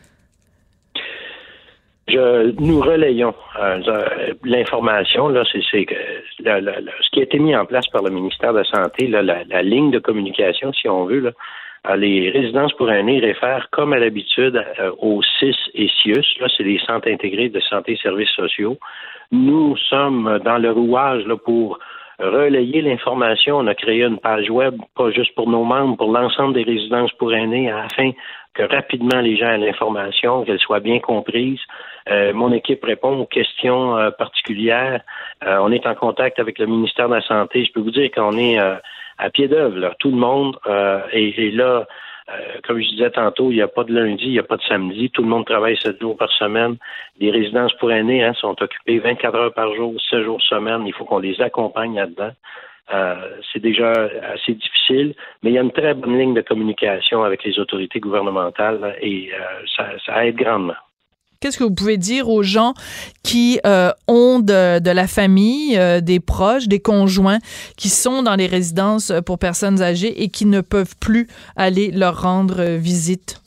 Je, nous relayons euh, l'information. Là, c'est, c'est la, la, la, ce qui a été mis en place par le ministère de la Santé, là, la, la ligne de communication, si on veut. Là, les résidences pour aînés réfèrent, comme à l'habitude, euh, aux C I S et C I U S. Là, c'est les centres intégrés de santé et services sociaux. Nous sommes dans le rouage là, pour relayer l'information. On a créé une page web, pas juste pour nos membres, pour l'ensemble des résidences pour aînés, afin que rapidement les gens aient l'information, qu'elle soit bien comprise. Euh, mon équipe répond aux questions euh, particulières. Euh, on est en contact avec le ministère de la Santé. Je peux vous dire qu'on est euh, à pied d'œuvre, là. Tout le monde euh, est, est là. Euh, comme je disais tantôt, il n'y a pas de lundi, il n'y a pas de samedi. Tout le monde travaille sept jours par semaine. Les résidences pour aînés hein, sont occupées vingt-quatre heures par jour, sept jours semaine. Il faut qu'on les accompagne là-dedans. Euh, c'est déjà assez difficile, mais il y a une très bonne ligne de communication avec les autorités gouvernementales là, et euh, ça, ça aide grandement. Qu'est-ce que vous pouvez dire aux gens qui euh, ont de, de la famille, euh, des proches, des conjoints, qui sont dans les résidences pour personnes âgées et qui ne peuvent plus aller leur rendre visite?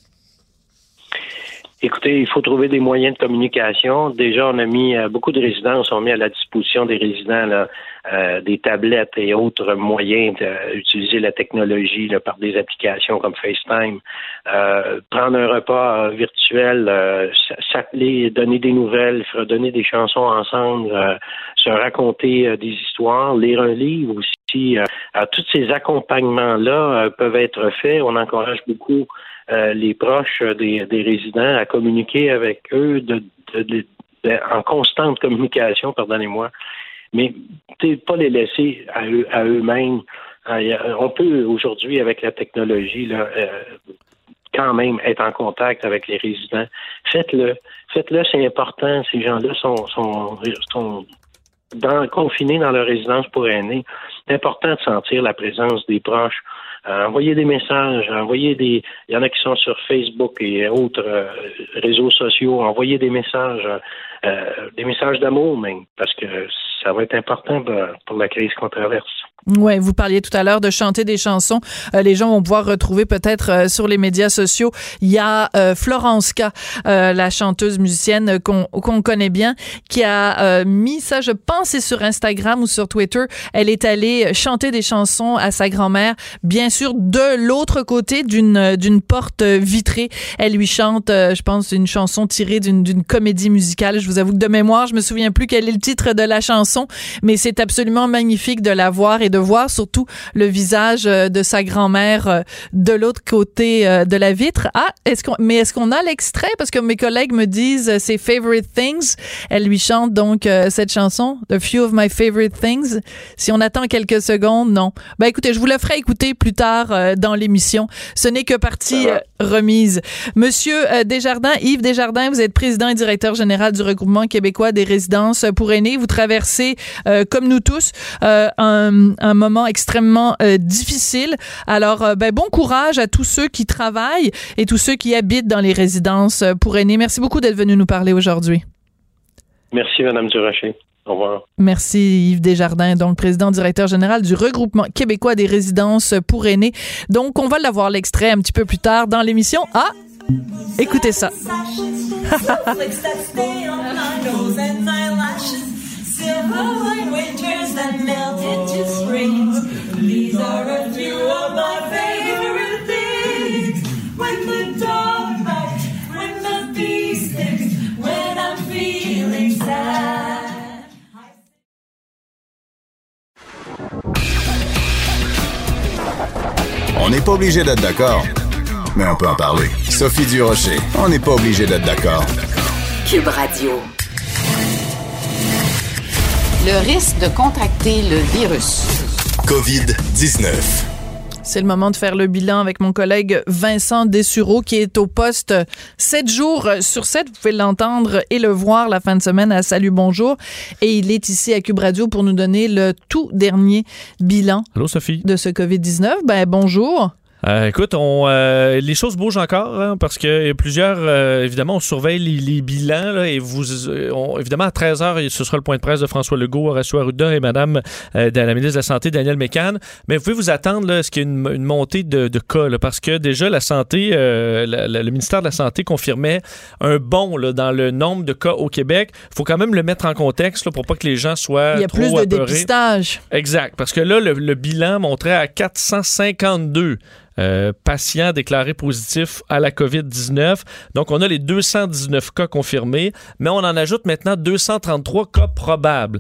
Écoutez, il faut trouver des moyens de communication. Déjà, on a mis euh, beaucoup de résidences ont mis à la disposition des résidents là, euh, des tablettes et autres moyens d'utiliser la technologie là, par des applications comme FaceTime. Euh, prendre un repas euh, virtuel, euh, s'appeler, donner des nouvelles, donner des chansons ensemble, euh, se raconter euh, des histoires, lire un livre aussi. Euh, alors, tous ces accompagnements-là euh, peuvent être faits. On encourage beaucoup Euh, les proches des, des résidents à communiquer avec eux de, de, de, de, en constante communication, pardonnez-moi, mais pas les laisser à, eux, à eux-mêmes. Euh, on peut aujourd'hui, avec la technologie, là, euh, quand même être en contact avec les résidents. Faites-le. Faites-le, c'est important. Ces gens-là sont, sont, sont dans, confinés dans leur résidence pour aînés. C'est important de sentir la présence des proches. Euh, envoyez des messages, envoyez des... Il y en a qui sont sur Facebook et autres euh, réseaux sociaux. Envoyez des messages, euh, des messages d'amour même, parce que ça va être important pour la crise qu'on traverse. Ouais, vous parliez tout à l'heure de chanter des chansons. Euh, les gens vont pouvoir retrouver peut-être euh, sur les médias sociaux. Il y a euh, Florence K, euh, la chanteuse musicienne qu'on, qu'on connaît bien, qui a euh, mis ça, je pense, c'est sur Instagram ou sur Twitter. Elle est allée chanter des chansons à sa grand-mère, bien sûr, de l'autre côté d'une d'une porte vitrée. Elle lui chante, euh, je pense, une chanson tirée d'une d'une comédie musicale. Je vous avoue que de mémoire, je me souviens plus quel est le titre de la chanson, mais c'est absolument magnifique de la voir et de voir surtout le visage de sa grand-mère de l'autre côté de la vitre. Ah, est-ce qu'on, mais est-ce qu'on a l'extrait? Parce que mes collègues me disent ses favorite things. Elle lui chante donc euh, cette chanson, A Few of My Favorite Things. Si on attend quelques secondes, non. Ben écoutez, je vous le ferai écouter plus tard euh, dans l'émission. Ce n'est que partie euh, remise. Monsieur euh, Desjardins, Yves Desjardins, vous êtes président et directeur général du regroupement québécois des résidences pour aînés. Vous traversez, euh, comme nous tous, euh, un, un moment extrêmement euh, difficile. Alors, euh, ben bon courage à tous ceux qui travaillent et tous ceux qui habitent dans les résidences pour aînés. Merci beaucoup d'être venu nous parler aujourd'hui. Merci, Mme Durocher. Au revoir. Merci Yves Desjardins, donc président directeur général du regroupement québécois des résidences pour aînés. Donc, on va l'avoir l'extrait un petit peu plus tard dans l'émission. Ah! Écoutez ça. On n'est pas obligé d'être d'accord, mais on peut en parler. Sophie Durocher, on n'est pas obligé d'être d'accord. Cube Radio. Le risque de contracter le virus. covid dix-neuf. C'est le moment de faire le bilan avec mon collègue Vincent Dessureau qui est au poste sept jours sur sept. Vous pouvez l'entendre et le voir la fin de semaine à Salut Bonjour. Et il est ici à Cube Radio pour nous donner le tout dernier bilan. Allô, Sophie. De ce covid dix-neuf. Ben, bonjour. Euh, écoute, on, euh, les choses bougent encore hein, parce que plusieurs, euh, évidemment, on surveille les, les bilans là, et vous, on, évidemment, à treize heures, ce sera le point de presse de François Legault, Horacio Arruda et Mme euh, de la ministre de la Santé, Danielle Mécan. Mais vous pouvez vous attendre là, à ce qu'il y ait une, une montée de, de cas là, parce que déjà, la santé, euh, la, la, le ministère de la Santé confirmait un bond là, dans le nombre de cas au Québec. Il faut quand même le mettre en contexte là, pour pas que les gens soient trop apeurés. Il y a plus de dépistage. Exact, parce que là, le, le bilan montrait à quatre cent cinquante-deux Euh, patients déclarés positifs à la covid dix-neuf. Donc, on a les deux cent dix-neuf cas confirmés, mais on en ajoute maintenant deux cent trente-trois cas probables.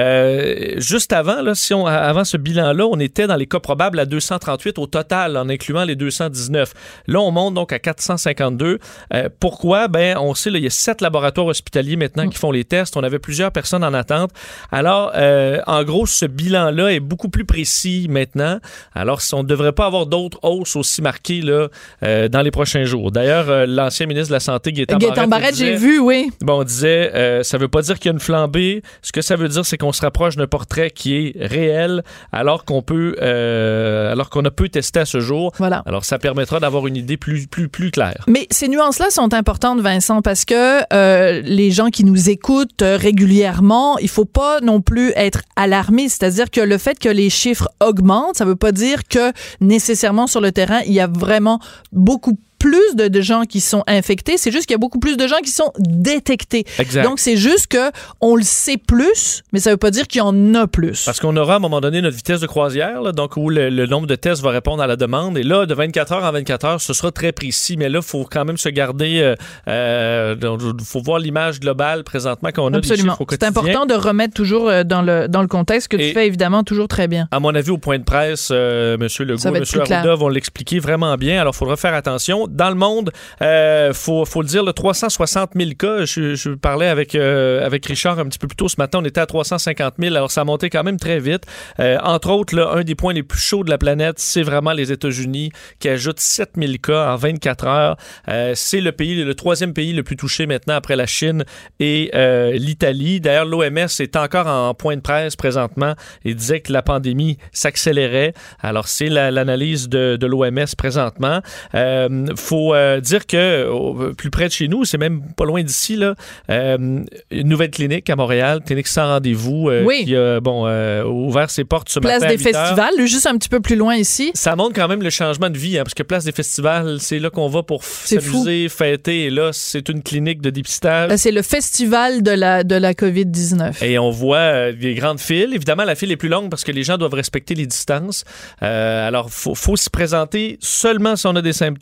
Euh, juste avant, là, si on, avant ce bilan-là, on était dans les cas probables à deux cent trente-huit au total, en incluant les deux cent dix-neuf. Là, on monte donc à quatre cent cinquante-deux. Euh, pourquoi? Ben, on sait, là, il y a sept laboratoires hospitaliers maintenant mmh. qui font les tests. On avait plusieurs personnes en attente. Alors, euh, en gros, ce bilan-là est beaucoup plus précis maintenant. Alors, on ne devrait pas avoir d'autres hausses aussi marquée là, euh, dans les prochains jours. D'ailleurs, euh, l'ancien ministre de la Santé, Gaétan Barrette, Gaétan Barrette, j'ai vu, oui. Bon, on disait, euh, ça ne veut pas dire qu'il y a une flambée. Ce que ça veut dire, c'est qu'on se rapproche d'un portrait qui est réel, alors qu'on peut, euh, alors qu'on a peu testé à ce jour. Voilà. Alors, ça permettra d'avoir une idée plus, plus, plus claire. Mais ces nuances-là sont importantes, Vincent, parce que euh, les gens qui nous écoutent euh, régulièrement, il ne faut pas non plus être alarmé. C'est-à-dire que le fait que les chiffres augmentent, ça ne veut pas dire que nécessairement sur le terrain, il y a vraiment beaucoup plus de, de gens qui sont infectés, c'est juste qu'il y a beaucoup plus de gens qui sont détectés. Exact. Donc, c'est juste que on le sait plus, mais ça veut pas dire qu'il y en a plus. Parce qu'on aura à un moment donné notre vitesse de croisière, là, donc où le, le nombre de tests va répondre à la demande. Et là, de vingt-quatre heures en vingt-quatre heures, ce sera très précis. Mais là, il faut quand même se garder... Il euh, euh, faut voir l'image globale présentement qu'on a. Absolument. Des chiffres au quotidien. C'est important de remettre toujours dans le, dans le contexte que Et tu fais évidemment toujours très bien. À mon avis, au point de presse, euh, M. Legault, M. Arruda vont l'expliquer vraiment bien. Alors, il faudra faire attention. Dans le monde, il euh, faut, faut le dire, là, trois cent soixante mille cas. Je, je parlais avec, euh, avec Richard un petit peu plus tôt ce matin. On était à trois cent cinquante mille. Alors, ça a monté quand même très vite. Euh, entre autres, là, un des points les plus chauds de la planète, c'est vraiment les États-Unis qui ajoutent sept mille cas en vingt-quatre heures. Euh, c'est le pays, le troisième pays le plus touché maintenant après la Chine et euh, l'Italie. D'ailleurs, l'O M S est encore en point de presse présentement et disait que la pandémie s'accélérait. Alors, c'est la, l'analyse de, de l'O M S présentement. Il euh, faut euh, dire que au, plus près de chez nous, c'est même pas loin d'ici, là, euh, une nouvelle clinique à Montréal, clinique sans rendez-vous, euh, oui. qui a bon, euh, ouvert ses portes ce Place matin à des festivals, juste un petit peu plus loin ici. Ça montre quand même le changement de vie, hein, parce que Place des festivals, c'est là qu'on va pour c'est s'amuser, fou. fêter, et là, c'est une clinique de dépistage. C'est le festival de la, de la covid dix-neuf. Et on voit euh, des grandes files. Évidemment, la file est plus longue parce que les gens doivent respecter les distances. Euh, alors, il faut, faut s'y présenter seulement si on a des symptômes et qu'on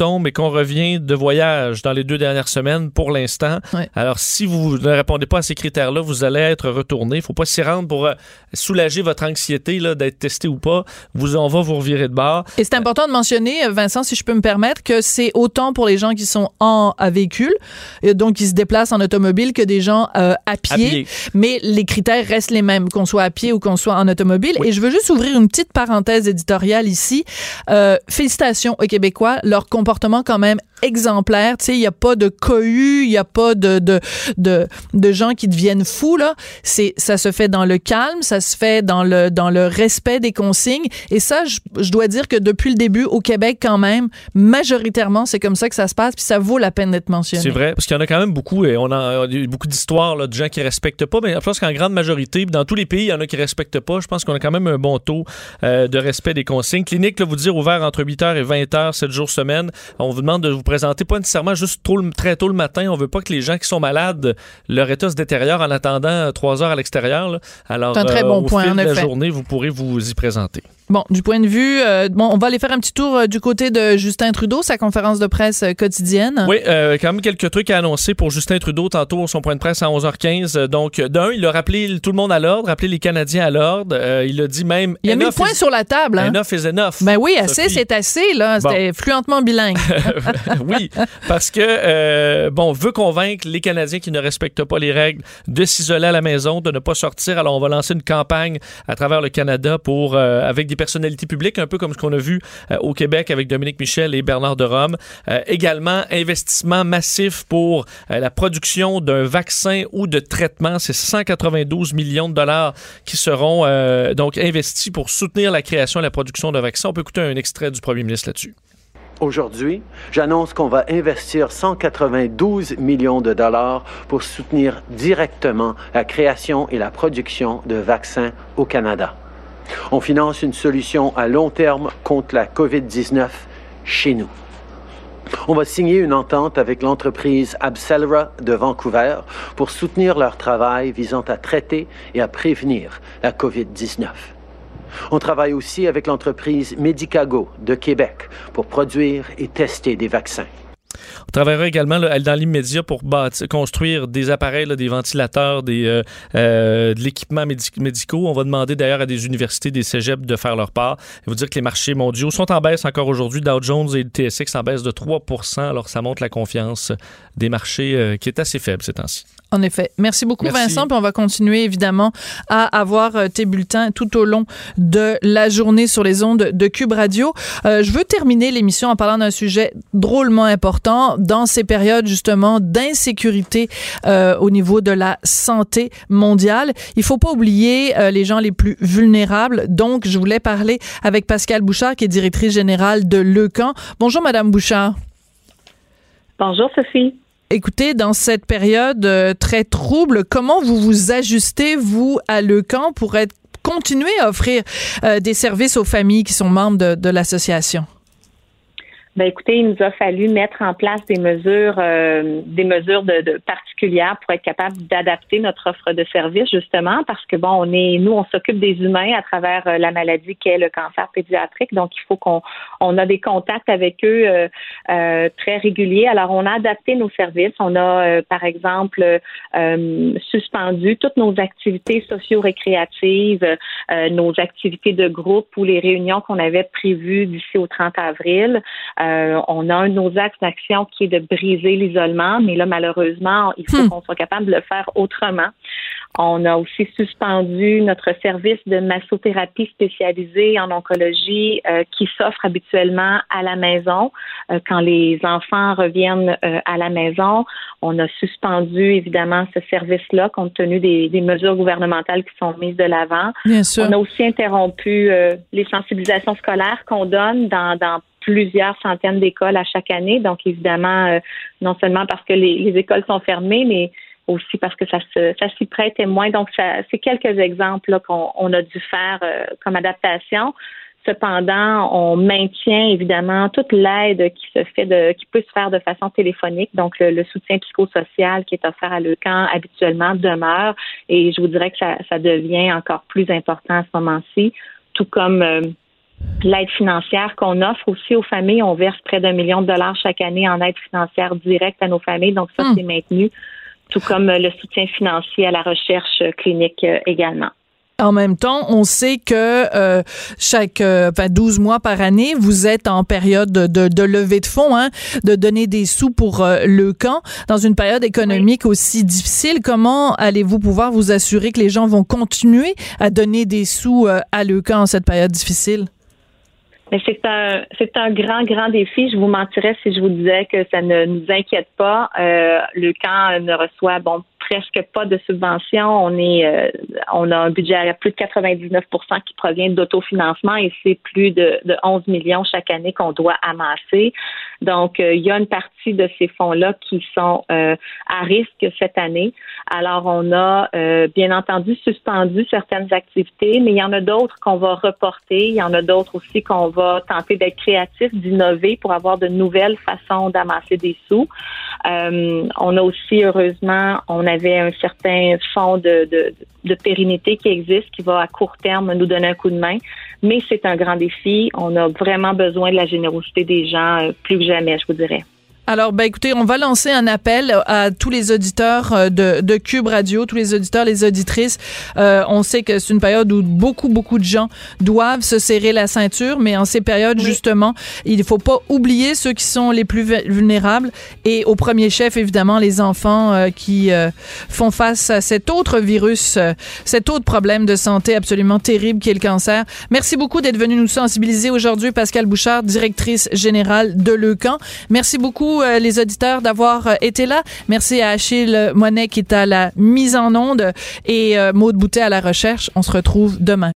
qu'on revient de voyage dans les deux dernières semaines pour l'instant. Ouais. Alors, si vous ne répondez pas à ces critères-là, vous allez être retourné. Il ne faut pas s'y rendre pour euh, soulager votre anxiété là, d'être testé ou pas. Vous, on va vous revirer de bord. Et c'est important de mentionner, Vincent, si je peux me permettre, que c'est autant pour les gens qui sont en à véhicule, et donc qui se déplacent en automobile, que des gens euh, à, pied, à pied. Mais les critères restent les mêmes, qu'on soit à pied ou qu'on soit en automobile. Oui. Et je veux juste ouvrir une petite parenthèse éditoriale ici. Euh, félicitations aux Québécois, leur comportement quand même exemplaire. Tu sais, il n'y a pas de cohue, il n'y a pas de, de, de, de gens qui deviennent fous, là. C'est, ça se fait dans le calme, ça se fait dans le, dans le respect des consignes. Et ça, je, je dois dire que depuis le début, au Québec, quand même, majoritairement, c'est comme ça que ça se passe, puis ça vaut la peine d'être mentionné. C'est vrai, parce qu'il y en a quand même beaucoup, et on a, on a eu beaucoup d'histoires là, de gens qui respectent pas, mais je pense qu'en grande majorité, dans tous les pays, il y en a qui respectent pas. Je pense qu'on a quand même un bon taux euh, de respect des consignes. Clinique, là, vous dire, ouvert entre huit heures et vingt heures, sept jours semaine. On vous demande de vous présenter pas nécessairement juste tôt, très tôt le matin. On veut pas que les gens qui sont malades, leur état se détériore en attendant trois heures à l'extérieur. Là. Alors, c'est un très bon euh, au point, fil en de la effet. journée, vous pourrez vous y présenter. Bon, du point de vue, euh, bon, on va aller faire un petit tour euh, du côté de Justin Trudeau, sa conférence de presse euh, quotidienne. Oui, euh, quand même quelques trucs à annoncer pour Justin Trudeau tantôt, son point de presse à onze heures quinze. Donc, d'un, il a rappelé tout le monde à l'ordre, rappelé les Canadiens à l'ordre. Euh, il a dit même... Il a mis le point is, sur la table. Hein? Enough is enough. Ben oui, assez, Sophie. C'est assez, là. C'était bon. Fluentement bilingue. Oui, parce que, euh, bon, veut convaincre les Canadiens qui ne respectent pas les règles de s'isoler à la maison, de ne pas sortir. Alors, on va lancer une campagne à travers le Canada pour, euh, avec des personnalités publiques, un peu comme ce qu'on a vu euh, au Québec avec Dominique Michel et Bernard de Rome. Euh, également, investissement massif pour euh, la production d'un vaccin ou de traitement. C'est cent quatre-vingt-douze millions de dollars qui seront euh, donc investis pour soutenir la création et la production d'un vaccin. On peut écouter un extrait du premier ministre là-dessus. Aujourd'hui, j'annonce qu'on va investir cent quatre-vingt-douze millions de dollars pour soutenir directement la création et la production de vaccins au Canada. On finance une solution à long terme contre la covid dix-neuf chez nous. On va signer une entente avec l'entreprise AbCellera de Vancouver pour soutenir leur travail visant à traiter et à prévenir la covid dix-neuf. On travaille aussi avec l'entreprise Medicago de Québec pour produire et tester des vaccins. On travaillera également là, dans l'immédiat pour bâtir, construire des appareils, là, des ventilateurs, des, euh, euh, de l'équipement médic- médicaux. On va demander d'ailleurs à des universités, des cégeps de faire leur part. Il faut dire que les marchés mondiaux sont en baisse encore aujourd'hui. Dow Jones et le T S X en baisse de trois pour cent. Alors ça montre la confiance des marchés euh, qui est assez faible ces temps-ci. En effet. Merci beaucoup, Merci. Vincent. Puis on va continuer, évidemment, à avoir euh, tes bulletins tout au long de la journée sur les ondes de Cube Radio. Euh, je veux terminer l'émission en parlant d'un sujet drôlement important dans ces périodes, justement, d'insécurité euh, au niveau de la santé mondiale. Il faut pas oublier euh, les gens les plus vulnérables. Donc, je voulais parler avec Pascale Bouchard, qui est directrice générale de Leucan. Bonjour, Madame Bouchard. Bonjour, Sophie. Écoutez, dans cette période euh, très trouble, comment vous vous ajustez, vous, à Leucan, pour être, continuer à offrir euh, des services aux familles qui sont membres de, de l'association? Ben écoutez, il nous a fallu mettre en place des mesures, euh, des mesures de, de particulières pour être capable d'adapter notre offre de services, justement, parce que bon, on est, nous, on s'occupe des humains à travers euh, la maladie qu'est le cancer pédiatrique, donc il faut qu'on, on a des contacts avec eux euh, euh, très réguliers. Alors, on a adapté nos services. On a, euh, par exemple, euh, suspendu toutes nos activités socio-récréatives, euh, nos activités de groupe ou les réunions qu'on avait prévues d'ici au trente avril. Euh, on a un de nos axes d'action qui est de briser l'isolement, mais là, malheureusement, il faut hmm. qu'on soit capable de le faire autrement. On a aussi suspendu notre service de massothérapie spécialisée en oncologie euh, qui s'offre habituellement à la maison. Euh, quand les enfants reviennent euh, à la maison, on a suspendu évidemment ce service-là compte tenu des, des mesures gouvernementales qui sont mises de l'avant. Bien sûr. On a aussi interrompu euh, les sensibilisations scolaires qu'on donne dans, dans plusieurs centaines d'écoles à chaque année. Donc, évidemment, euh, non seulement parce que les, les écoles sont fermées, mais aussi parce que ça se, ça s'y prêtait moins. Donc, ça, c'est quelques exemples là, qu'on on a dû faire euh, comme adaptation. Cependant, on maintient évidemment toute l'aide qui se fait de, qui peut se faire de façon téléphonique. Donc, le, le soutien psychosocial qui est offert à Leucan habituellement demeure. Et je vous dirais que ça, ça devient encore plus important à ce moment-ci, tout comme euh, l'aide financière qu'on offre aussi aux familles. On verse près d'un million de dollars chaque année en aide financière directe à nos familles. Donc ça, mmh. c'est maintenu, tout comme le soutien financier à la recherche clinique euh, également. En même temps, on sait que euh, chaque euh, enfin douze mois par année, vous êtes en période de, de, de levée de fonds, hein, de donner des sous pour euh, le camp. Dans une période économique oui. aussi difficile, comment allez-vous pouvoir vous assurer que les gens vont continuer à donner des sous euh, à le camp en cette période difficile? Mais c'est un c'est un grand, grand défi. Je vous mentirais si je vous disais que ça ne nous inquiète pas. Euh, le camp ne reçoit, bon, presque pas de subventions. On est, euh, on a un budget à plus de quatre-vingt-dix-neuf pour cent qui provient d'autofinancement et c'est plus de, de onze millions chaque année qu'on doit amasser. Donc, euh, il y a une partie de ces fonds-là qui sont euh, à risque cette année. Alors, on a euh, bien entendu suspendu certaines activités, mais il y en a d'autres qu'on va reporter. Il y en a d'autres aussi qu'on va tenter d'être créatifs, d'innover pour avoir de nouvelles façons d'amasser des sous. Euh, on a aussi, heureusement, on avait un certain fonds de, de, de pérennité qui existe, qui va à court terme nous donner un coup de main. Mais c'est un grand défi. On a vraiment besoin de la générosité des gens, euh, plus que jamais, je vous dirais. Alors, ben écoutez, on va lancer un appel à tous les auditeurs de, de Cube Radio, tous les auditeurs, les auditrices. Euh, on sait que c'est une période où beaucoup, beaucoup de gens doivent se serrer la ceinture, mais en ces périodes, oui. justement, il ne faut pas oublier ceux qui sont les plus vulnérables et au premier chef, évidemment, les enfants euh, qui euh, font face à cet autre virus, euh, cet autre problème de santé absolument terrible qui est le cancer. Merci beaucoup d'être venu nous sensibiliser aujourd'hui, Pascale Bouchard, directrice générale de Leucan. Merci beaucoup les auditeurs d'avoir été là. Merci à Achille Monet qui est à la mise en onde et Maude Boutet à la recherche. On se retrouve demain.